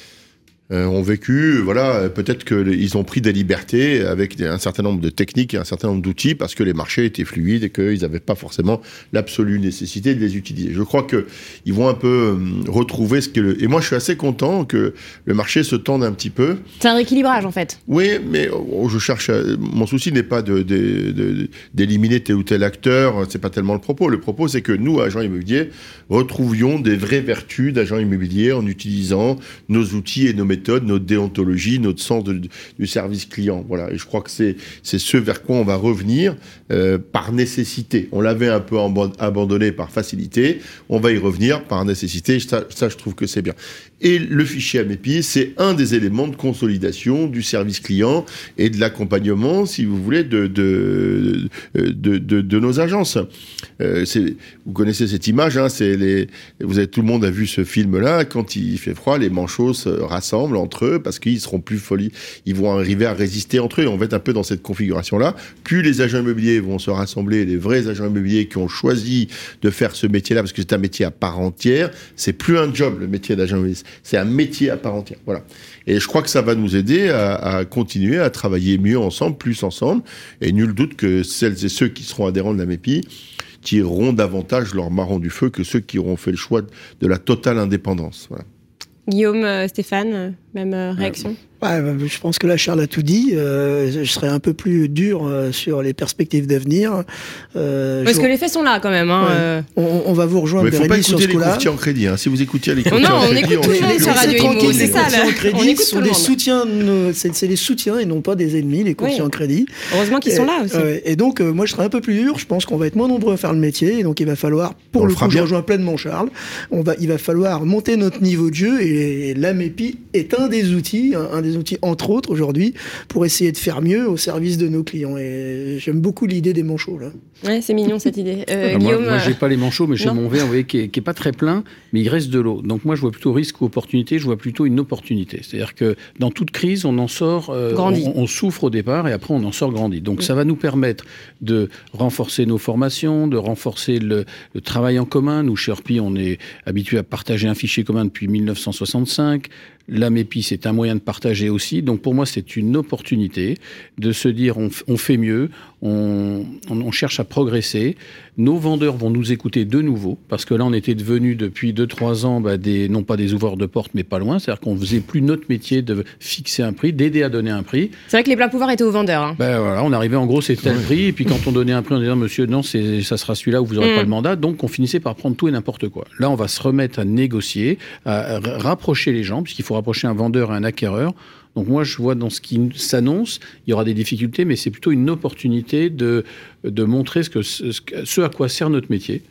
Euh, ont vécu, voilà, peut-être qu'ils ont pris des libertés avec des, un certain nombre de techniques et un certain nombre d'outils parce que les marchés étaient fluides et qu'ils n'avaient pas forcément l'absolue nécessité de les utiliser. Je crois qu'ils vont un peu euh, retrouver ce que... Le... Et moi, je suis assez content que le marché se tende un petit peu. C'est un rééquilibrage, en fait. Oui, mais oh, je cherche... À... Mon souci n'est pas de, de, de, d'éliminer tel ou tel acteur, c'est pas tellement le propos. Le propos, c'est que nous, agents immobiliers, retrouvions des vraies vertus d'agents immobiliers en utilisant nos outils et nos méthodes, notre déontologie, notre sens de, du service client. Voilà. Et je crois que c'est, c'est ce vers quoi on va revenir euh, par nécessité. On l'avait un peu abandonné par facilité. On va y revenir par nécessité. Ça, ça je trouve que c'est bien. Et le fichier Amepi, c'est un des éléments de consolidation du service client et de l'accompagnement, si vous voulez, de, de, de, de, de nos agences. Euh, c'est, vous connaissez cette image, hein, c'est les, vous avez, tout le monde a vu ce film-là. Quand il fait froid, les manchots se rassemblent entre eux parce qu'ils seront plus folis. Ils vont arriver à résister entre eux. On va être un peu dans cette configuration-là. Plus les agents immobiliers vont se rassembler, les vrais agents immobiliers qui ont choisi de faire ce métier-là, parce que c'est un métier à part entière. C'est plus un job, le métier d'agent immobilier. C'est un métier à part entière. Voilà. Et je crois que ça va nous aider à, à continuer à travailler mieux ensemble, plus ensemble. Et nul doute que celles et ceux qui seront adhérents de l'Amepi tireront davantage leur marron du feu que ceux qui auront fait le choix de la totale indépendance. Voilà. Guillaume, euh, Stéphane, euh, même euh, réaction? Ouais, je pense que là, Charles a tout dit. Euh, je serais un peu plus dur euh, sur les perspectives d'avenir. Euh, Parce je... que les faits sont là quand même. Hein, ouais. euh... on, on va vous rejoindre. Il ne faut pas écouter les coup-là. courtiers en crédit. Hein. Si vous écoutiez les courtiers non, en on crédit, écoute tout le monde sur Radio Imo. C'est ça, là. Les courtiers en crédit on sont des soutiens. C'est, c'est des soutiens et non pas des ennemis. Les courtiers oui. en crédit. Heureusement qu'ils et, sont là aussi. Euh, et donc, euh, moi, je serais un peu plus dur. Je pense qu'on va être moins nombreux à faire le métier. Et donc, il va falloir, pour on le coup, je rejoins pleinement Charles. On va, il va falloir monter notre niveau de jeu. Et l'Amepi est un des outils, un, un des outils entre autres aujourd'hui, pour essayer de faire mieux au service de nos clients. Et j'aime beaucoup l'idée des manchots, là. Ouais, c'est mignon cette idée. Euh, Alors Guillaume, moi, moi, j'ai pas les manchots, mais j'ai non. mon verre, vous voyez, qui est, qui est pas très plein, mais il reste de l'eau. Donc moi, je vois plutôt risque ou opportunité. Je vois plutôt une opportunité. C'est-à-dire que dans toute crise, on en sort, euh, on, on souffre au départ et après on en sort grandi. Donc mmh. ça va nous permettre de renforcer nos formations, de renforcer le, le travail en commun. Nous, chez Orpi, on est habitué à partager un fichier commun depuis mille neuf cent soixante-cinq. L'Amepi, c'est un moyen de partager aussi. Donc pour moi, c'est une opportunité de se dire on, on fait mieux, on, on, on cherche à progresser. Nos vendeurs vont nous écouter de nouveau, parce que là, on était devenus depuis deux trois ans, bah, des, non pas des ouvreurs de porte, mais pas loin. C'est-à-dire qu'on faisait plus notre métier de fixer un prix, d'aider à donner un prix. C'est vrai que les pleins pouvoirs étaient aux vendeurs. Hein. Ben voilà, on arrivait en gros, c'était tel prix, et puis quand on donnait un prix, on disait monsieur, non, c'est, ça sera celui-là où vous n'aurez mmh. pas le mandat. Donc on finissait par prendre tout et n'importe quoi. Là, on va se remettre à négocier, à rapprocher les gens, puisqu'il faut rapprocher un vendeur et un acquéreur. Donc moi, je vois dans ce qui s'annonce, il y aura des difficultés, mais c'est plutôt une opportunité de, de montrer ce, que, ce, ce à quoi sert notre métier.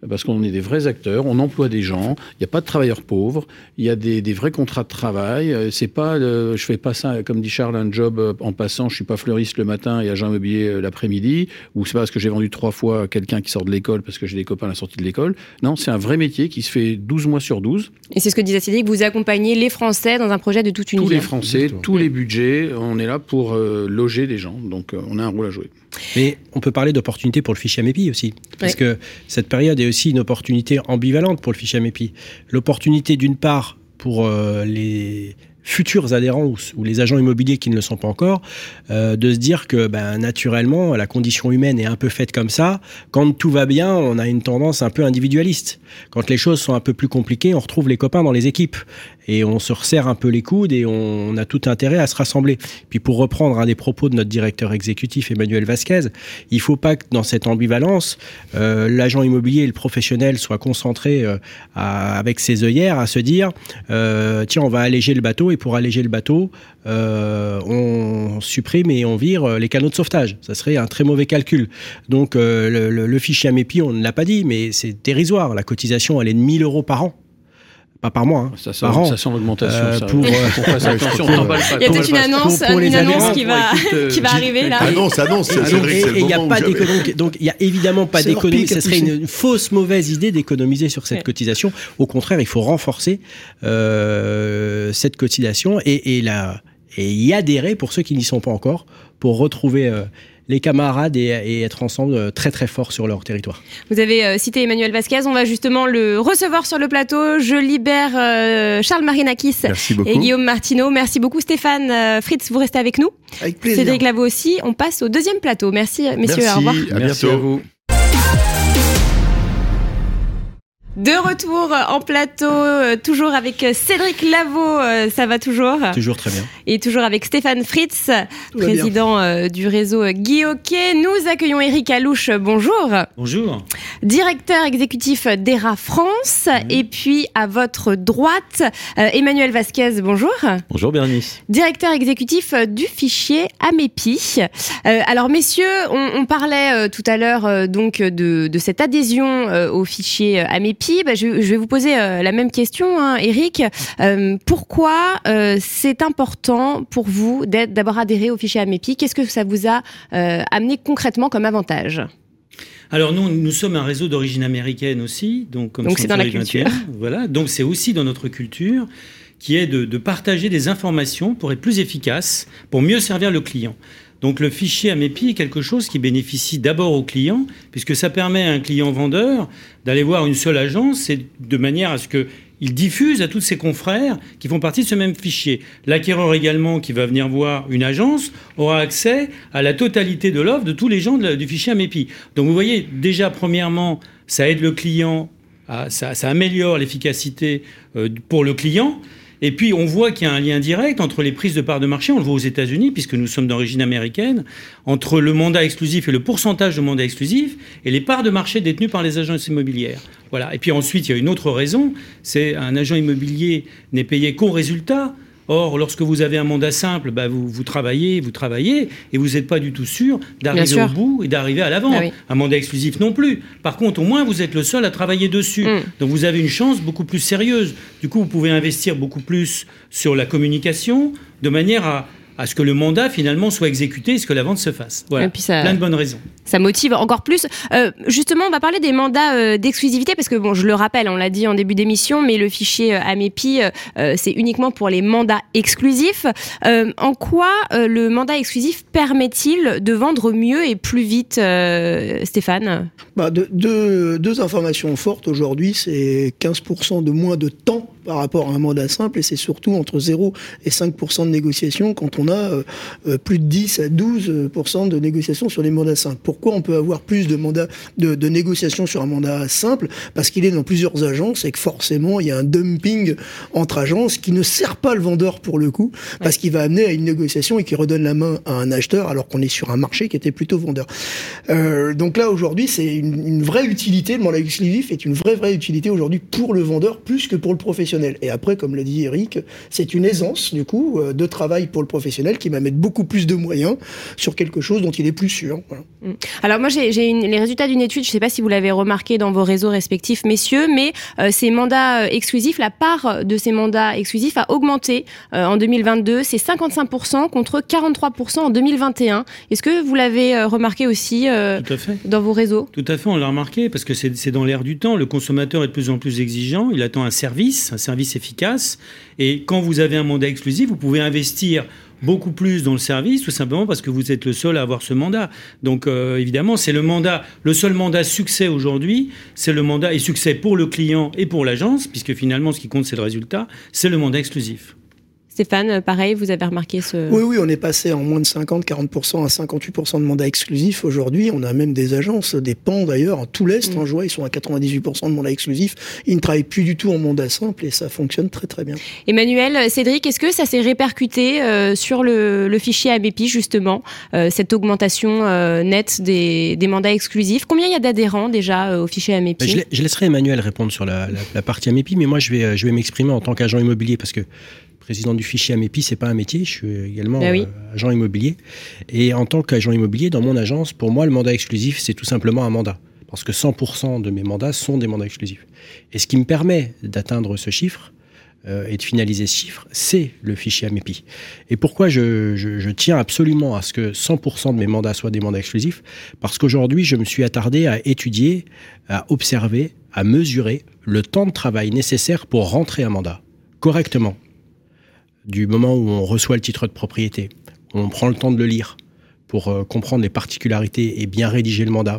parce qu'on est des vrais acteurs, on emploie des gens, il n'y a pas de travailleurs pauvres, il y a des, des vrais contrats de travail. C'est pas, euh, je fais pas ça, comme dit Charles, un job en passant, je suis pas fleuriste le matin et agent immobilier l'après-midi, ou c'est pas parce que j'ai vendu trois fois à quelqu'un qui sort de l'école parce que j'ai des copains à la sortie de l'école. Non, c'est un vrai métier qui se fait douze mois sur douze. Et c'est ce que disait Cédric, vous accompagnez les Français dans un projet de toute une vie. Tous les Français, Exactement. tous les budgets, on est là pour euh, loger des gens, donc euh, on a un rôle à jouer. Mais on peut parler d'opportunité pour le fichier Amépi aussi, parce ouais. que cette période est aussi une opportunité ambivalente pour le fichier Amépi. L'opportunité d'une part pour euh, les futurs adhérents ou, ou les agents immobiliers qui ne le sont pas encore, euh, de se dire que ben, naturellement, la condition humaine est un peu faite comme ça. Quand tout va bien, on a une tendance un peu individualiste. Quand les choses sont un peu plus compliquées, on retrouve les copains dans les équipes. Et on se resserre un peu les coudes et on, on a tout intérêt à se rassembler. Puis pour reprendre un des propos de notre directeur exécutif, Emmanuel Vasquez, il ne faut pas que dans cette ambivalence, euh, l'agent immobilier et le professionnel soient concentrés euh, à, avec ses œillères à se dire euh, tiens, on va alléger le bateau et pour alléger le bateau, euh, on supprime et on vire les canaux de sauvetage. Ça serait un très mauvais calcul. Donc euh, le, le, le fichier Amépi, on ne l'a pas dit, mais c'est dérisoire. La cotisation, elle est de mille euros par an. Pas par mois, hein, ça sent, par an. Ça sent l'augmentation. Euh, ça, pour, euh, qu'on fasse attention, on t'emballe pas. Il y a peut-être une annonce, pour, pour une annonce qui va, euh, qui va arriver là. Annonce, annonce. Et il n'y a pas d'économie. Donc il n'y a évidemment pas d'économie. Ce serait une fausse mauvaise idée d'économiser sur cette ouais. cotisation. Au contraire, il faut renforcer euh, cette cotisation et, et, la, et y adhérer pour ceux qui n'y sont pas encore, pour retrouver euh, les camarades et, et être ensemble très très forts sur leur territoire. Vous avez euh, cité Emmanuel Vasquez, on va justement le recevoir sur le plateau. Je libère euh, Charles Marinakis et Guillaume Martineau. Merci beaucoup Stéphane euh, Fritz, vous restez avec nous. Avec plaisir. Cédric Lavaux aussi. On passe au deuxième plateau. Merci messieurs, Merci, au revoir. à Merci à vous. De retour en plateau, euh, toujours avec Cédric Lavaux, euh, ça va toujours ? Toujours très bien. Et toujours avec Stéphane Fritz, Tout président euh, du réseau Guy Hockey. Nous accueillons Eric Alouche, bonjour. Bonjour. Directeur exécutif d'E R A France. Mmh. Et puis à votre droite, euh, Emmanuel Vasquez, bonjour. Bonjour Bérénice. Directeur exécutif du fichier Amépi. Euh, alors messieurs, on, on parlait euh, tout à l'heure euh, donc de, de cette adhésion euh, au fichier Amépi. Bah, je, je vais vous poser euh, la même question, hein, Eric. Euh, pourquoi euh, c'est important pour vous d'être, d'avoir adhéré au fichier Amépi ? Qu'est-ce que ça vous a euh, amené concrètement comme avantage ? Alors nous, nous sommes un réseau d'origine américaine aussi, donc comme donc c'est dans la culture. Voilà, donc c'est aussi dans notre culture qui est de, de partager des informations pour être plus efficace, pour mieux servir le client. Donc le fichier Amépi est quelque chose qui bénéficie d'abord au client, puisque ça permet à un client vendeur d'aller voir une seule agence et de manière à ce qu'il diffuse à tous ses confrères qui font partie de ce même fichier. L'acquéreur également qui va venir voir une agence aura accès à la totalité de l'offre de tous les gens de la, du fichier Amépi. Donc vous voyez, déjà premièrement, ça aide le client, à, ça, ça améliore l'efficacité euh, pour le client. Et puis, on voit qu'il y a un lien direct entre les prises de parts de marché, on le voit aux États-Unis, puisque nous sommes d'origine américaine, entre le mandat exclusif et le pourcentage de mandat exclusif et les parts de marché détenues par les agences immobilières. Voilà. Et puis ensuite, il y a une autre raison, c'est un agent immobilier n'est payé qu'au résultat. Or, lorsque vous avez un mandat simple, bah vous, vous travaillez, vous travaillez, et vous n'êtes pas du tout sûr d'arriver au bout et d'arriver à la vente. Ah oui. Un mandat exclusif non plus. Par contre, au moins, vous êtes le seul à travailler dessus. Mm. Donc, vous avez une chance beaucoup plus sérieuse. Du coup, vous pouvez investir beaucoup plus sur la communication, de manière à, à ce que le mandat, finalement, soit exécuté et ce que la vente se fasse. Voilà, ça, plein de bonnes raisons. Ça motive encore plus. Euh, justement, on va parler des mandats euh, d'exclusivité, parce que, bon, je le rappelle, on l'a dit en début d'émission, mais le fichier euh, Amépi, euh, c'est uniquement pour les mandats exclusifs. Euh, en quoi euh, le mandat exclusif permet-il de vendre mieux et plus vite, euh, Stéphane ? bah, de, de, Deux informations fortes aujourd'hui, c'est quinze pour cent de moins de temps par rapport à un mandat simple, et c'est surtout entre zéro et cinq pour cent de négociation quand on a euh, plus de dix à douze pour cent de négociation sur les mandats simples. Pourquoi on peut avoir plus de mandats de, de négociation sur un mandat simple ? Parce qu'il est dans plusieurs agences et que forcément il y a un dumping entre agences qui ne sert pas le vendeur pour le coup, parce qu'il va amener à une négociation et qui redonne la main à un acheteur alors qu'on est sur un marché qui était plutôt vendeur. Euh, donc là aujourd'hui c'est une, une vraie utilité, le mandat exclusif est une vraie vraie utilité aujourd'hui pour le vendeur plus que pour le professionnel. professionnel. Et après, comme l'a dit Eric, c'est une aisance, du coup, euh, de travail pour le professionnel qui va mettre beaucoup plus de moyens sur quelque chose dont il est plus sûr. Voilà. Alors moi, j'ai, j'ai une, les résultats d'une étude, je ne sais pas si vous l'avez remarqué dans vos réseaux respectifs, messieurs, mais euh, ces mandats euh, exclusifs, la part de ces mandats exclusifs a augmenté euh, en deux mille vingt-deux. C'est cinquante-cinq pour cent contre quarante-trois pour cent en deux mille vingt et un. Est-ce que vous l'avez euh, remarqué aussi euh, Tout à fait. dans vos réseaux ? Tout à fait, on l'a remarqué, parce que c'est, c'est dans l'air du temps. Le consommateur est de plus en plus exigeant, il attend un service, un service efficace. Et quand vous avez un mandat exclusif, vous pouvez investir beaucoup plus dans le service, tout simplement parce que vous êtes le seul à avoir ce mandat. Donc euh, évidemment, c'est le mandat, le seul mandat succès aujourd'hui, c'est le mandat et succès pour le client et pour l'agence, puisque finalement, ce qui compte, c'est le résultat, c'est le mandat exclusif. Stéphane, pareil, vous avez remarqué ce... Oui, oui, on est passé en moins de cinquante à quarante pour cent à cinquante-huit pour cent de mandats exclusifs. Aujourd'hui, on a même des agences, des pans d'ailleurs, en tout l'Est, mmh. en joie, ils sont à quatre-vingt-dix-huit pour cent de mandats exclusifs. Ils ne travaillent plus du tout en mandat simple et ça fonctionne très très bien. Emmanuel, Cédric, est-ce que ça s'est répercuté euh, sur le, le fichier Amepi, justement, euh, cette augmentation euh, nette des, des mandats exclusifs ? Combien il y a d'adhérents déjà euh, au fichier Amepi ? je, je laisserai Emmanuel répondre sur la, la, la partie Amepi, mais moi je vais, je vais m'exprimer en tant qu'agent immobilier parce que président du fichier Amepi, c'est pas un métier, je suis également ben oui. euh, agent immobilier. Et en tant qu'agent immobilier, dans mon agence, pour moi, le mandat exclusif, c'est tout simplement un mandat. Parce que cent pour cent de mes mandats sont des mandats exclusifs. Et ce qui me permet d'atteindre ce chiffre euh, et de finaliser ce chiffre, c'est le fichier Amepi. Et pourquoi je, je, je tiens absolument à ce que cent pour cent de mes mandats soient des mandats exclusifs ? Parce qu'aujourd'hui, je me suis attardé à étudier, à observer, à mesurer le temps de travail nécessaire pour rentrer un mandat correctement. Du moment où on reçoit le titre de propriété, où on prend le temps de le lire pour euh, comprendre les particularités et bien rédiger le mandat,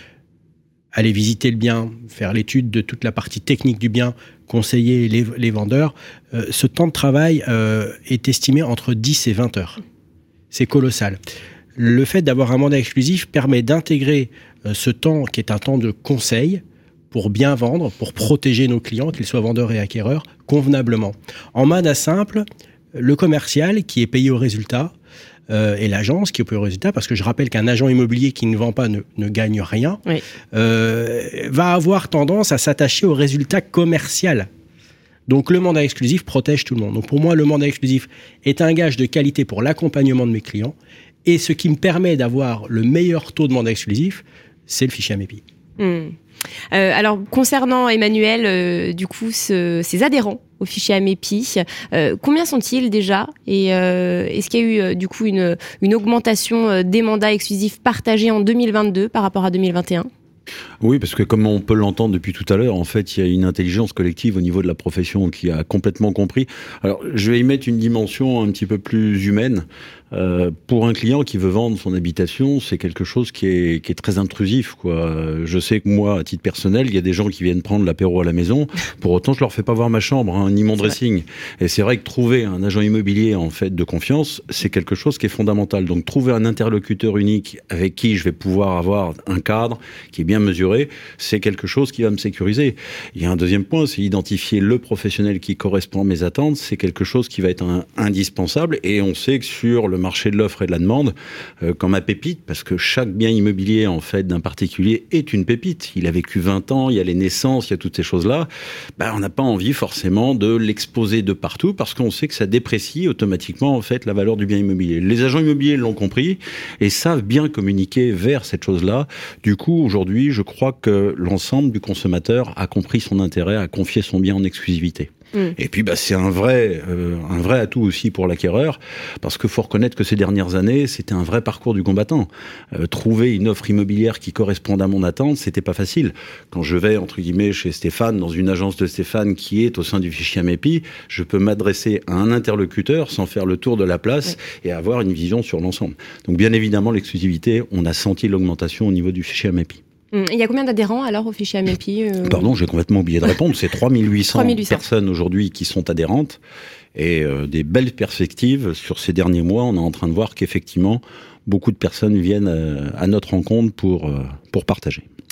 aller visiter le bien, faire l'étude de toute la partie technique du bien, conseiller les, les vendeurs, euh, ce temps de travail euh, est estimé entre dix et vingt heures. C'est colossal. Le fait d'avoir un mandat exclusif permet d'intégrer euh, ce temps qui est un temps de conseil pour bien vendre, pour protéger nos clients, qu'ils soient vendeurs et acquéreurs, convenablement. En mandat simple, le commercial qui est payé au résultat euh, et l'agence qui est payée au résultat, parce que je rappelle qu'un agent immobilier qui ne vend pas ne, ne gagne rien, oui. euh, va avoir tendance à s'attacher au résultat commercial. Donc le mandat exclusif protège tout le monde. Donc pour moi, le mandat exclusif est un gage de qualité pour l'accompagnement de mes clients et ce qui me permet d'avoir le meilleur taux de mandat exclusif, c'est le fichier Amepi. Mmh. Euh, alors concernant Emmanuel, euh, du coup, ce, ces adhérents au fichier Amepi, euh, combien sont-ils déjà ? Et euh, est-ce qu'il y a eu euh, du coup une, une augmentation des mandats exclusifs partagés en deux mille vingt-deux par rapport à deux mille vingt et un ? Oui, parce que comme on peut l'entendre depuis tout à l'heure, en fait, il y a une intelligence collective au niveau de la profession qui a complètement compris. Alors, je vais y mettre une dimension un petit peu plus humaine. Euh, pour un client qui veut vendre son habitation, c'est quelque chose qui est, qui est très intrusif, quoi. Je sais que moi, à titre personnel, il y a des gens qui viennent prendre l'apéro à la maison. Pour autant, je leur fais pas voir ma chambre, hein, ni mon dressing. Et c'est vrai que trouver un agent immobilier, en fait, de confiance, c'est quelque chose qui est fondamental. Donc, trouver un interlocuteur unique avec qui je vais pouvoir avoir un cadre qui est bien mesuré, c'est quelque chose qui va me sécuriser. Il y a un deuxième point, c'est identifier le professionnel qui correspond à mes attentes. C'est quelque chose qui va être un, indispensable. Et on sait que sur le marché de l'offre et de la demande, euh, comme ma pépite, parce que chaque bien immobilier, en fait, d'un particulier est une pépite. Il a vécu vingt ans, il y a les naissances, il y a toutes ces choses-là. Ben, on n'a pas envie forcément de l'exposer de partout parce qu'on sait que ça déprécie automatiquement, en fait, la valeur du bien immobilier. Les agents immobiliers l'ont compris et savent bien communiquer vers cette chose-là. Du coup, aujourd'hui, je crois que l'ensemble du consommateur a compris son intérêt à confier son bien en exclusivité. Mmh. Et puis, bah, c'est un vrai, euh, un vrai atout aussi pour l'acquéreur, parce qu'il faut reconnaître que ces dernières années, c'était un vrai parcours du combattant. Euh, trouver une offre immobilière qui corresponde à mon attente, c'était pas facile. Quand je vais, entre guillemets, chez Stéphane, dans une agence de Stéphane qui est au sein du fichier Amepi, je peux m'adresser à un interlocuteur sans faire le tour de la place mmh. et avoir une vision sur l'ensemble. Donc, bien évidemment, l'exclusivité, on a senti l'augmentation au niveau du fichier Amepi. Il y a combien d'adhérents alors au fichier Amepi euh... Pardon, j'ai complètement oublié de répondre. C'est trois mille huit cents personnes aujourd'hui qui sont adhérentes et euh, des belles perspectives sur ces derniers mois. On est en train de voir qu'effectivement, beaucoup de personnes viennent euh, à notre rencontre pour, euh, pour partager.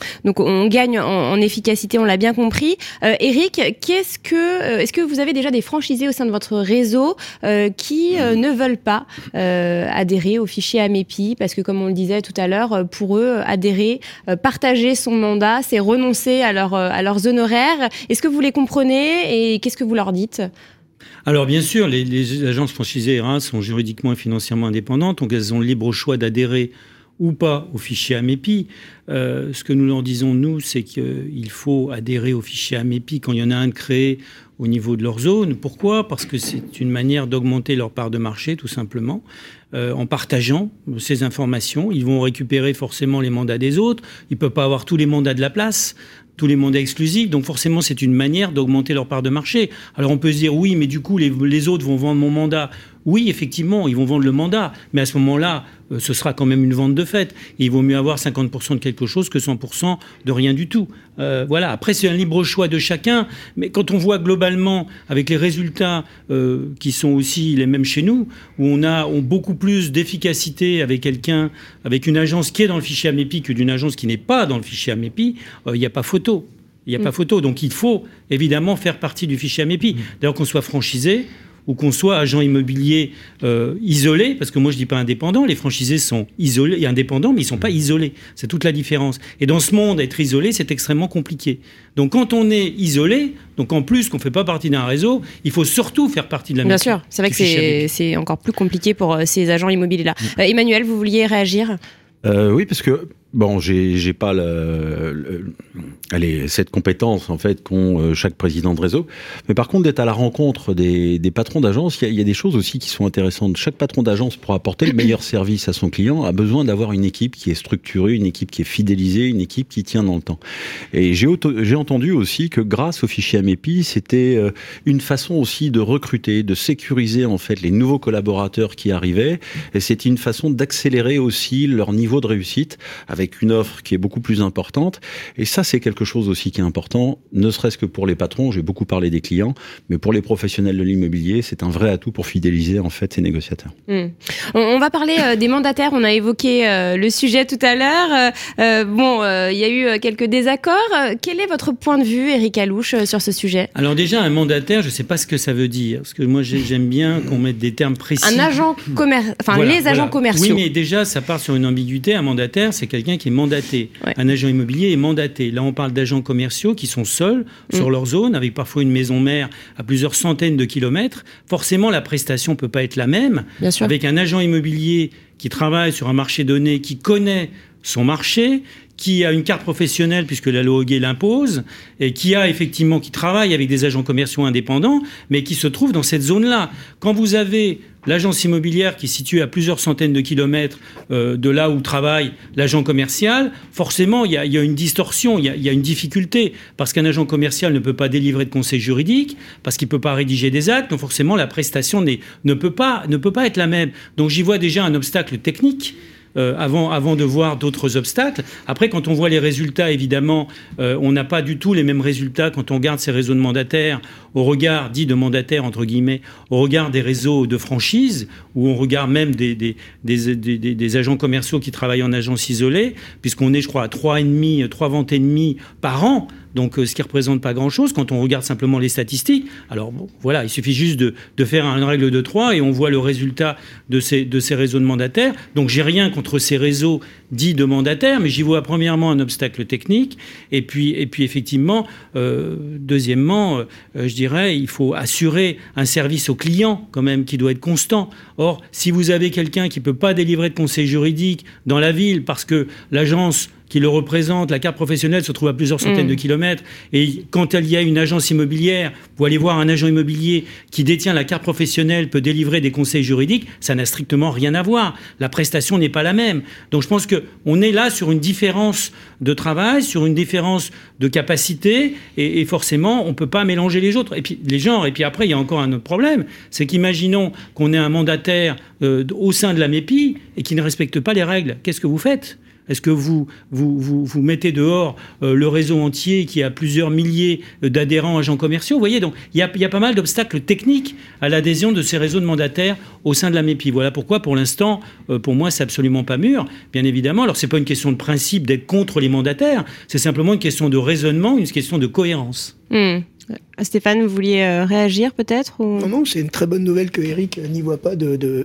Donc on gagne en, en efficacité, on l'a bien compris. Euh, Eric, qu'est-ce que, euh, est-ce que vous avez déjà des franchisés au sein de votre réseau euh, qui euh, ne veulent pas euh, adhérer au fichier Amepi parce que, comme on le disait tout à l'heure, pour eux, adhérer, euh, partager son mandat, c'est renoncer à, leur, à leurs honoraires. Est-ce que vous les comprenez et qu'est-ce que vous leur dites ? Alors bien sûr, les, les agences franchisées R A sont juridiquement et financièrement indépendantes, donc elles ont le libre choix d'adhérer ou pas au fichier Amepi. Euh, ce que nous leur disons, nous, c'est qu'il faut adhérer au fichier Amepi quand il y en a un de créé au niveau de leur zone. Pourquoi ? Parce que c'est une manière d'augmenter leur part de marché, tout simplement. Euh, en partageant ces informations, ils vont récupérer forcément les mandats des autres. Ils ne peuvent pas avoir tous les mandats de la place, tous les mandats exclusifs. Donc forcément, c'est une manière d'augmenter leur part de marché. Alors on peut se dire, oui, mais du coup, les, les autres vont vendre mon mandat. Oui, effectivement, ils vont vendre le mandat. Mais à ce moment-là, euh, ce sera quand même une vente de fait. Et il vaut mieux avoir cinquante pour cent de quelque chose que cent pour cent de rien du tout. Euh, voilà. Après, c'est un libre choix de chacun. Mais quand on voit globalement, avec les résultats euh, qui sont aussi les mêmes chez nous, où on a on beaucoup plus d'efficacité avec quelqu'un, avec une agence qui est dans le fichier Amepi que d'une agence qui n'est pas dans le fichier Amepi, il euh, n'y a pas photo. Il n'y a mmh. pas photo. Donc il faut évidemment faire partie du fichier Amepi. D'ailleurs, qu'on soit franchisé ou qu'on soit agent immobilier euh, isolé, parce que moi je dis pas indépendant, les franchisés sont isolés et indépendants, mais ils sont pas isolés. C'est toute la différence. Et dans ce monde, être isolé, c'est extrêmement compliqué. Donc quand on est isolé, donc en plus qu'on fait pas partie d'un réseau, il faut surtout faire partie de la. Bien sûr, c'est vrai que c'est, c'est encore plus compliqué pour euh, ces agents immobiliers là. Mmh. Euh, Emmanuel, vous vouliez réagir ? euh, Oui, parce que bon, j'ai, j'ai pas le, le, allez, cette compétence en fait qu'ont euh, chaque président de réseau. Mais par contre, d'être à la rencontre des, des patrons d'agence, il y, y a des choses aussi qui sont intéressantes. Chaque patron d'agence, pour apporter le meilleur service à son client, a besoin d'avoir une équipe qui est structurée, une équipe qui est fidélisée, une équipe qui tient dans le temps. Et j'ai, auto, j'ai entendu aussi que grâce au fichier Amepi, c'était euh, une façon aussi de recruter, de sécuriser en fait les nouveaux collaborateurs qui arrivaient. Et c'était une façon d'accélérer aussi leur niveau de réussite avec avec une offre qui est beaucoup plus importante. Et ça, c'est quelque chose aussi qui est important, ne serait-ce que pour les patrons. J'ai beaucoup parlé des clients, mais pour les professionnels de l'immobilier, c'est un vrai atout pour fidéliser en fait ces négociateurs. Mmh. On va parler euh, des mandataires. On a évoqué euh, le sujet tout à l'heure. Euh, bon, il euh, y a eu quelques désaccords. Quel est votre point de vue, Eric Alouche, euh, sur ce sujet ? Alors déjà, un mandataire, je ne sais pas ce que ça veut dire, parce que moi j'aime bien qu'on mette des termes précis. Un agent commercial, enfin voilà, les agents voilà. commerciaux. Oui, mais déjà, ça part sur une ambiguïté. Un mandataire, c'est quelqu'un qui est mandaté. Ouais. Un agent immobilier est mandaté. Là, on parle d'agents commerciaux qui sont seuls mmh. sur leur zone, avec parfois une maison mère à plusieurs centaines de kilomètres. Forcément, la prestation ne peut pas être la même. Bien sûr. Avec un agent immobilier qui travaille sur un marché donné, qui connaît son marché, qui a une carte professionnelle puisque la loi Hoguet l'impose, et qui a effectivement, qui travaille avec des agents commerciaux indépendants, mais qui se trouve dans cette zone-là. Quand vous avez l'agence immobilière qui est située à plusieurs centaines de kilomètres euh, de là où travaille l'agent commercial, forcément, il y a, y a une distorsion, il y a, y a une difficulté, parce qu'un agent commercial ne peut pas délivrer de conseils juridiques, parce qu'il ne peut pas rédiger des actes, donc forcément, la prestation n'est, ne, peut pas, ne peut pas être la même. Donc j'y vois déjà un obstacle technique. Euh, avant, avant de voir d'autres obstacles. Après, quand on voit les résultats, évidemment, euh, on n'a pas du tout les mêmes résultats quand on regarde ces réseaux de mandataires au regard, dit de mandataires, entre guillemets, au regard des réseaux de franchise, où on regarde même des, des, des, des, des, des agents commerciaux qui travaillent en agence isolée, puisqu'on est, je crois, à trois et demi, trois ventes et demie par an. Donc, euh, ce qui ne représente pas grand-chose quand on regarde simplement les statistiques. Alors, bon, voilà, il suffit juste de, de faire une règle de trois et on voit le résultat de ces, de ces réseaux de mandataires. Donc, j'ai rien contre ces réseaux dits de mandataires, mais j'y vois premièrement un obstacle technique. Et puis, et puis effectivement, euh, deuxièmement, euh, je dirais, il faut assurer un service au client quand même qui doit être constant. Or, si vous avez quelqu'un qui ne peut pas délivrer de conseil juridique dans la ville parce que l'agence qui le représente, la carte professionnelle se trouve à plusieurs centaines mmh. de kilomètres. Et quand il y a une agence immobilière, vous allez voir un agent immobilier qui détient la carte professionnelle, peut délivrer des conseils juridiques, ça n'a strictement rien à voir. La prestation n'est pas la même. Donc je pense qu'on est là sur une différence de travail, sur une différence de capacité, et, et forcément, on ne peut pas mélanger les autres. Et puis, les genres. Et puis après, il y a encore un autre problème, c'est qu'imaginons qu'on ait un mandataire euh, au sein de l'Amepi et qui ne respecte pas les règles. Qu'est-ce que vous faites ? Est-ce que vous, vous, vous, vous mettez dehors euh, le réseau entier qui a plusieurs milliers d'adhérents agents commerciaux? Vous voyez, donc il y a, y a pas mal d'obstacles techniques à l'adhésion de ces réseaux de mandataires au sein de la MEPI. Voilà pourquoi, pour l'instant, euh, pour moi, c'est absolument pas mûr, bien évidemment. Alors, c'est pas une question de principe d'être contre les mandataires, c'est simplement une question de raisonnement, une question de cohérence. Mmh. Stéphane, vous vouliez euh, réagir peut-être ou... Non, non, c'est une très bonne nouvelle que Eric n'y voit pas de, de,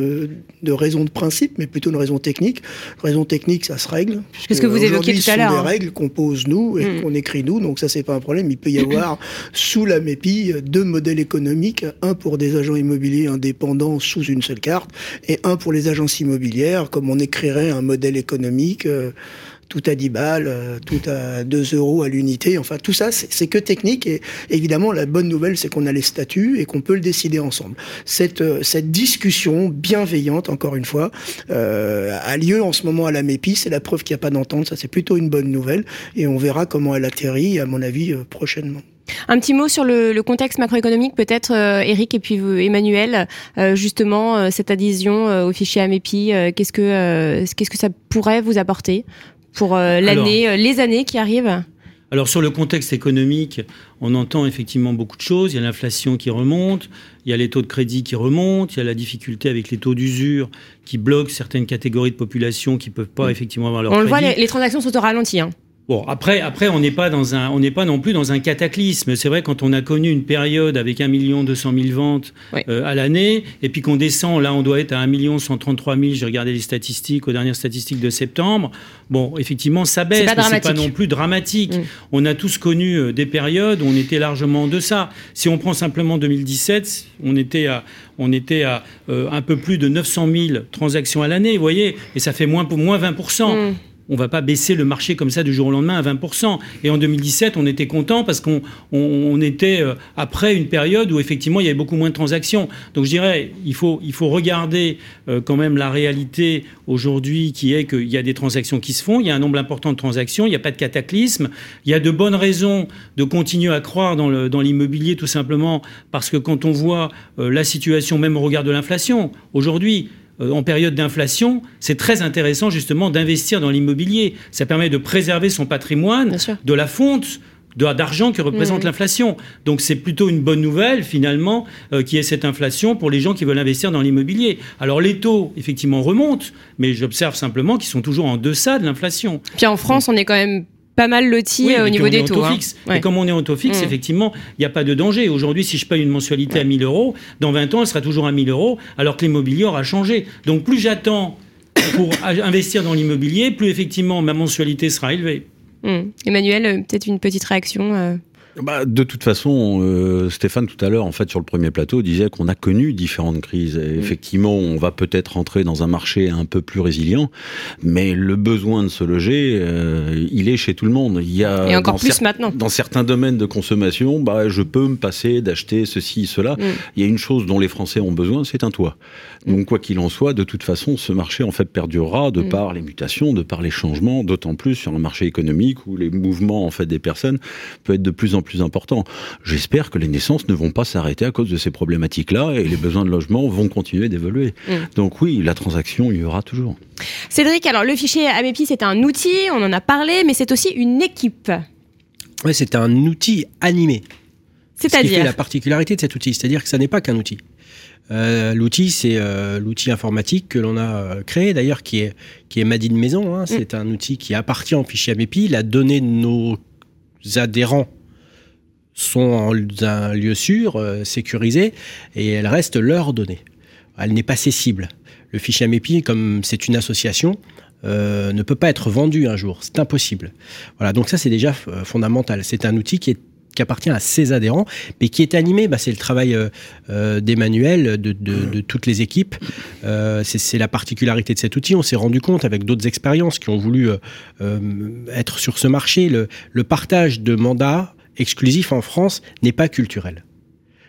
de raison de principe, mais plutôt une raison technique. Raison technique, ça se règle. Parce que vous évoquiez tout à l'heure. Ce sont des hein. règles qu'on pose nous et mmh. qu'on écrit nous, donc ça, c'est pas un problème. Il peut y avoir sous la MEPI deux modèles économiques, un pour des agents immobiliers indépendants sous une seule carte et un pour les agences immobilières, comme on écrirait un modèle économique. Euh, tout à dix balles, tout à deux euros à l'unité. Enfin, tout ça, c'est, c'est que technique. Et évidemment, la bonne nouvelle, c'est qu'on a les statuts et qu'on peut le décider ensemble. Cette, cette discussion bienveillante, encore une fois, euh, a lieu en ce moment à la MEPI. C'est la preuve qu'il n'y a pas d'entente. Ça, c'est plutôt une bonne nouvelle. Et on verra comment elle atterrit, à mon avis, euh, prochainement. Un petit mot sur le, le contexte macroéconomique, peut-être, euh, Eric, et puis vous, Emmanuel, euh, justement, euh, cette adhésion euh, au fichier AMEPI, euh, qu'est-ce que, euh, qu'est-ce que ça pourrait vous apporter pour euh, l'année, alors, les années qui arrivent? Alors sur le contexte économique, on entend effectivement beaucoup de choses. Il y a l'inflation qui remonte, il y a les taux de crédit qui remontent, il y a la difficulté avec les taux d'usure qui bloquent certaines catégories de population qui ne peuvent pas effectivement avoir leur on crédit. On le voit, les, les transactions sont au ralenti. Hein. Bon, après, après, on n'est pas dans un, on n'est pas non plus dans un cataclysme. C'est vrai, quand on a connu une période avec un million deux cent mille ventes oui. euh, à l'année, et puis qu'on descend, là, on doit être à un million cent trente-trois mille. J'ai regardé les statistiques, aux dernières statistiques de septembre. Bon, effectivement, ça baisse, c'est mais c'est pas non plus dramatique. Mmh. On a tous connu euh, des périodes où on était largement en deçà. Si on prend simplement deux mille dix-sept, on était à, on était à euh, un peu plus de neuf cent mille transactions à l'année, vous voyez, et ça fait moins pour moins vingt pour cent. Mmh. On ne va pas baisser le marché comme ça du jour au lendemain à vingt pour cent. Et en deux mille dix-sept, on était content parce qu'on on, on était euh, après une période où effectivement il y avait beaucoup moins de transactions. Donc je dirais, il faut, il faut regarder euh, quand même la réalité aujourd'hui qui est qu'il y a des transactions qui se font, il y a un nombre important de transactions, il n'y a pas de cataclysme, il y a de bonnes raisons de continuer à croire dans, le, dans l'immobilier tout simplement parce que quand on voit euh, la situation, même au regard de l'inflation, aujourd'hui, en période d'inflation, c'est très intéressant justement d'investir dans l'immobilier. Ça permet de préserver son patrimoine de la fonte d'argent que représente mmh. l'inflation. Donc c'est plutôt une bonne nouvelle finalement euh, qu'il y ait cette inflation pour les gens qui veulent investir dans l'immobilier. Alors les taux effectivement remontent, mais j'observe simplement qu'ils sont toujours en deçà de l'inflation. Puis en France, Donc, on est quand même pas mal loti oui, au niveau des taux. Hein. Ouais. Et comme on est en taux fixe, mmh. effectivement, il n'y a pas de danger. Aujourd'hui, si je paye une mensualité ouais. à mille euros, dans vingt ans, elle sera toujours à mille euros, alors que l'immobilier aura changé. Donc plus j'attends pour investir dans l'immobilier, plus effectivement ma mensualité sera élevée. Mmh. Emmanuel, peut-être une petite réaction euh... Bah, de toute façon, euh, Stéphane tout à l'heure, en fait, sur le premier plateau, disait qu'on a connu différentes crises. Et mmh. effectivement, on va peut-être rentrer dans un marché un peu plus résilient, mais le besoin de se loger, euh, il est chez tout le monde. Il y a et encore plus cer- maintenant. Dans certains domaines de consommation, bah, je peux me passer d'acheter ceci, cela. Mmh. Il y a une chose dont les Français ont besoin, c'est un toit. Donc, quoi qu'il en soit, de toute façon, ce marché, en fait, perdurera de mmh. par les mutations, de par les changements, d'autant plus sur un marché économique où les mouvements, en fait, des personnes peuvent être de plus en plus importants. J'espère que les naissances ne vont pas s'arrêter à cause de ces problématiques-là et les besoins de logement vont continuer d'évoluer. Mmh. Donc oui, la transaction, il y aura toujours. Cédric, alors le fichier AMEPI, c'est un outil, on en a parlé, mais c'est aussi une équipe. Oui, c'est un outil animé. C'est-à-dire ? Ce qui fait la particularité de cet outil, c'est-à-dire que ça n'est pas qu'un outil. Euh, l'outil, c'est euh, l'outil informatique que l'on a euh, créé, d'ailleurs, qui est, qui est Made in Maison. Hein. C'est mmh. un outil qui appartient au fichier AMEPI. La donnée de nos adhérents sont en un lieu sûr, euh, sécurisé, et elles restent leurs données. Elle n'est pas cessible. Le fichier AMEPI, comme c'est une association, euh, ne peut pas être vendu un jour. C'est impossible. Voilà, donc ça, c'est déjà euh, fondamental. C'est un outil qui est qui appartient à ses adhérents, mais qui est animé, bah, c'est le travail euh, euh, d'Emmanuel, de, de, de toutes les équipes. Euh, c'est, c'est la particularité de cet outil. On s'est rendu compte avec d'autres expériences qui ont voulu euh, euh, être sur ce marché. Le, le partage de mandats exclusifs en France n'est pas culturel.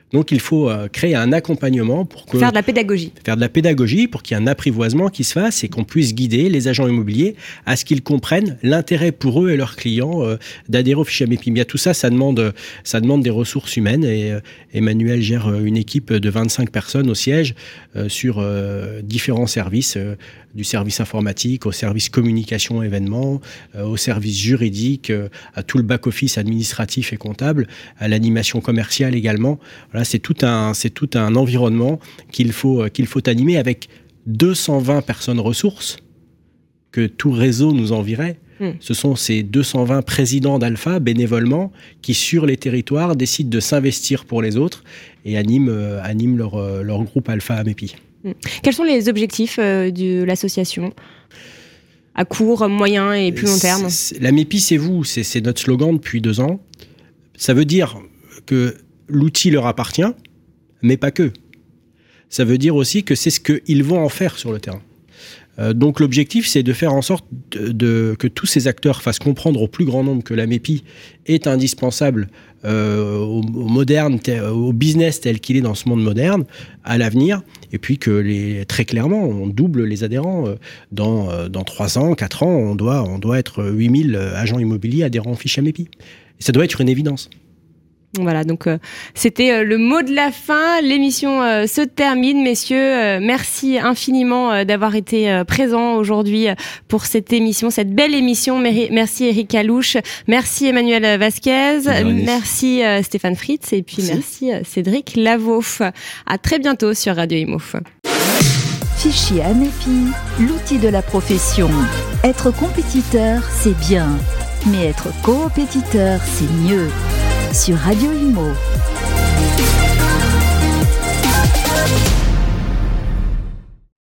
Donc il faut euh, créer un accompagnement pour que, faire de la pédagogie. Faire de la pédagogie pour qu'il y ait un apprivoisement qui se fasse et qu'on puisse guider les agents immobiliers à ce qu'ils comprennent l'intérêt pour eux et leurs clients euh, d'adhérer au fichier AMEPI. Bien, tout ça, ça demande, ça demande des ressources humaines et euh, Emmanuel gère une équipe de vingt-cinq personnes au siège euh, sur euh, différents services, euh, du service informatique au service communication événements, euh, au service juridique, euh, à tout le back-office administratif et comptable, à l'animation commerciale également. Voilà, c'est tout un, c'est tout un environnement qu'il faut, qu'il faut animer avec deux cent vingt personnes ressources que tout réseau nous envirait. Mmh. Ce sont ces deux cent vingt présidents d'Alpha, bénévolement, qui sur les territoires décident de s'investir pour les autres et animent, euh, animent leur, euh, leur groupe Alpha AMEPI. Mmh. Quels sont les objectifs euh, de l'association à court, moyen et plus long terme? L'AMEPI, c'est vous, c'est, c'est notre slogan depuis deux ans. Ça veut dire que l'outil leur appartient, mais pas que. Ça veut dire aussi que c'est ce qu'ils vont en faire sur le terrain. Euh, donc l'objectif, c'est de faire en sorte de, de, que tous ces acteurs fassent comprendre au plus grand nombre que l'AMEPI est indispensable euh, au, au moderne, au business tel qu'il est dans ce monde moderne, à l'avenir, et puis que les, très clairement, on double les adhérents. Dans, dans trois ans, quatre ans, on doit, on doit être huit mille agents immobiliers adhérents au fichier AMEPI. Et ça doit être une évidence. Voilà, donc euh, c'était euh, le mot de la fin. L'émission euh, se termine, messieurs. Euh, merci infiniment euh, d'avoir été euh, présents aujourd'hui euh, pour cette émission, cette belle émission. Merci Eric Alouche, merci Emmanuel Vasquez, merci, merci euh, Stéphane Fritz et puis merci, merci euh, Cédric Lavoff. À très bientôt sur Radio Imo. Fichier AMEPI, l'outil de la profession. Être compétiteur, c'est bien, mais être coopétiteur, c'est mieux. Sur Radio Imo.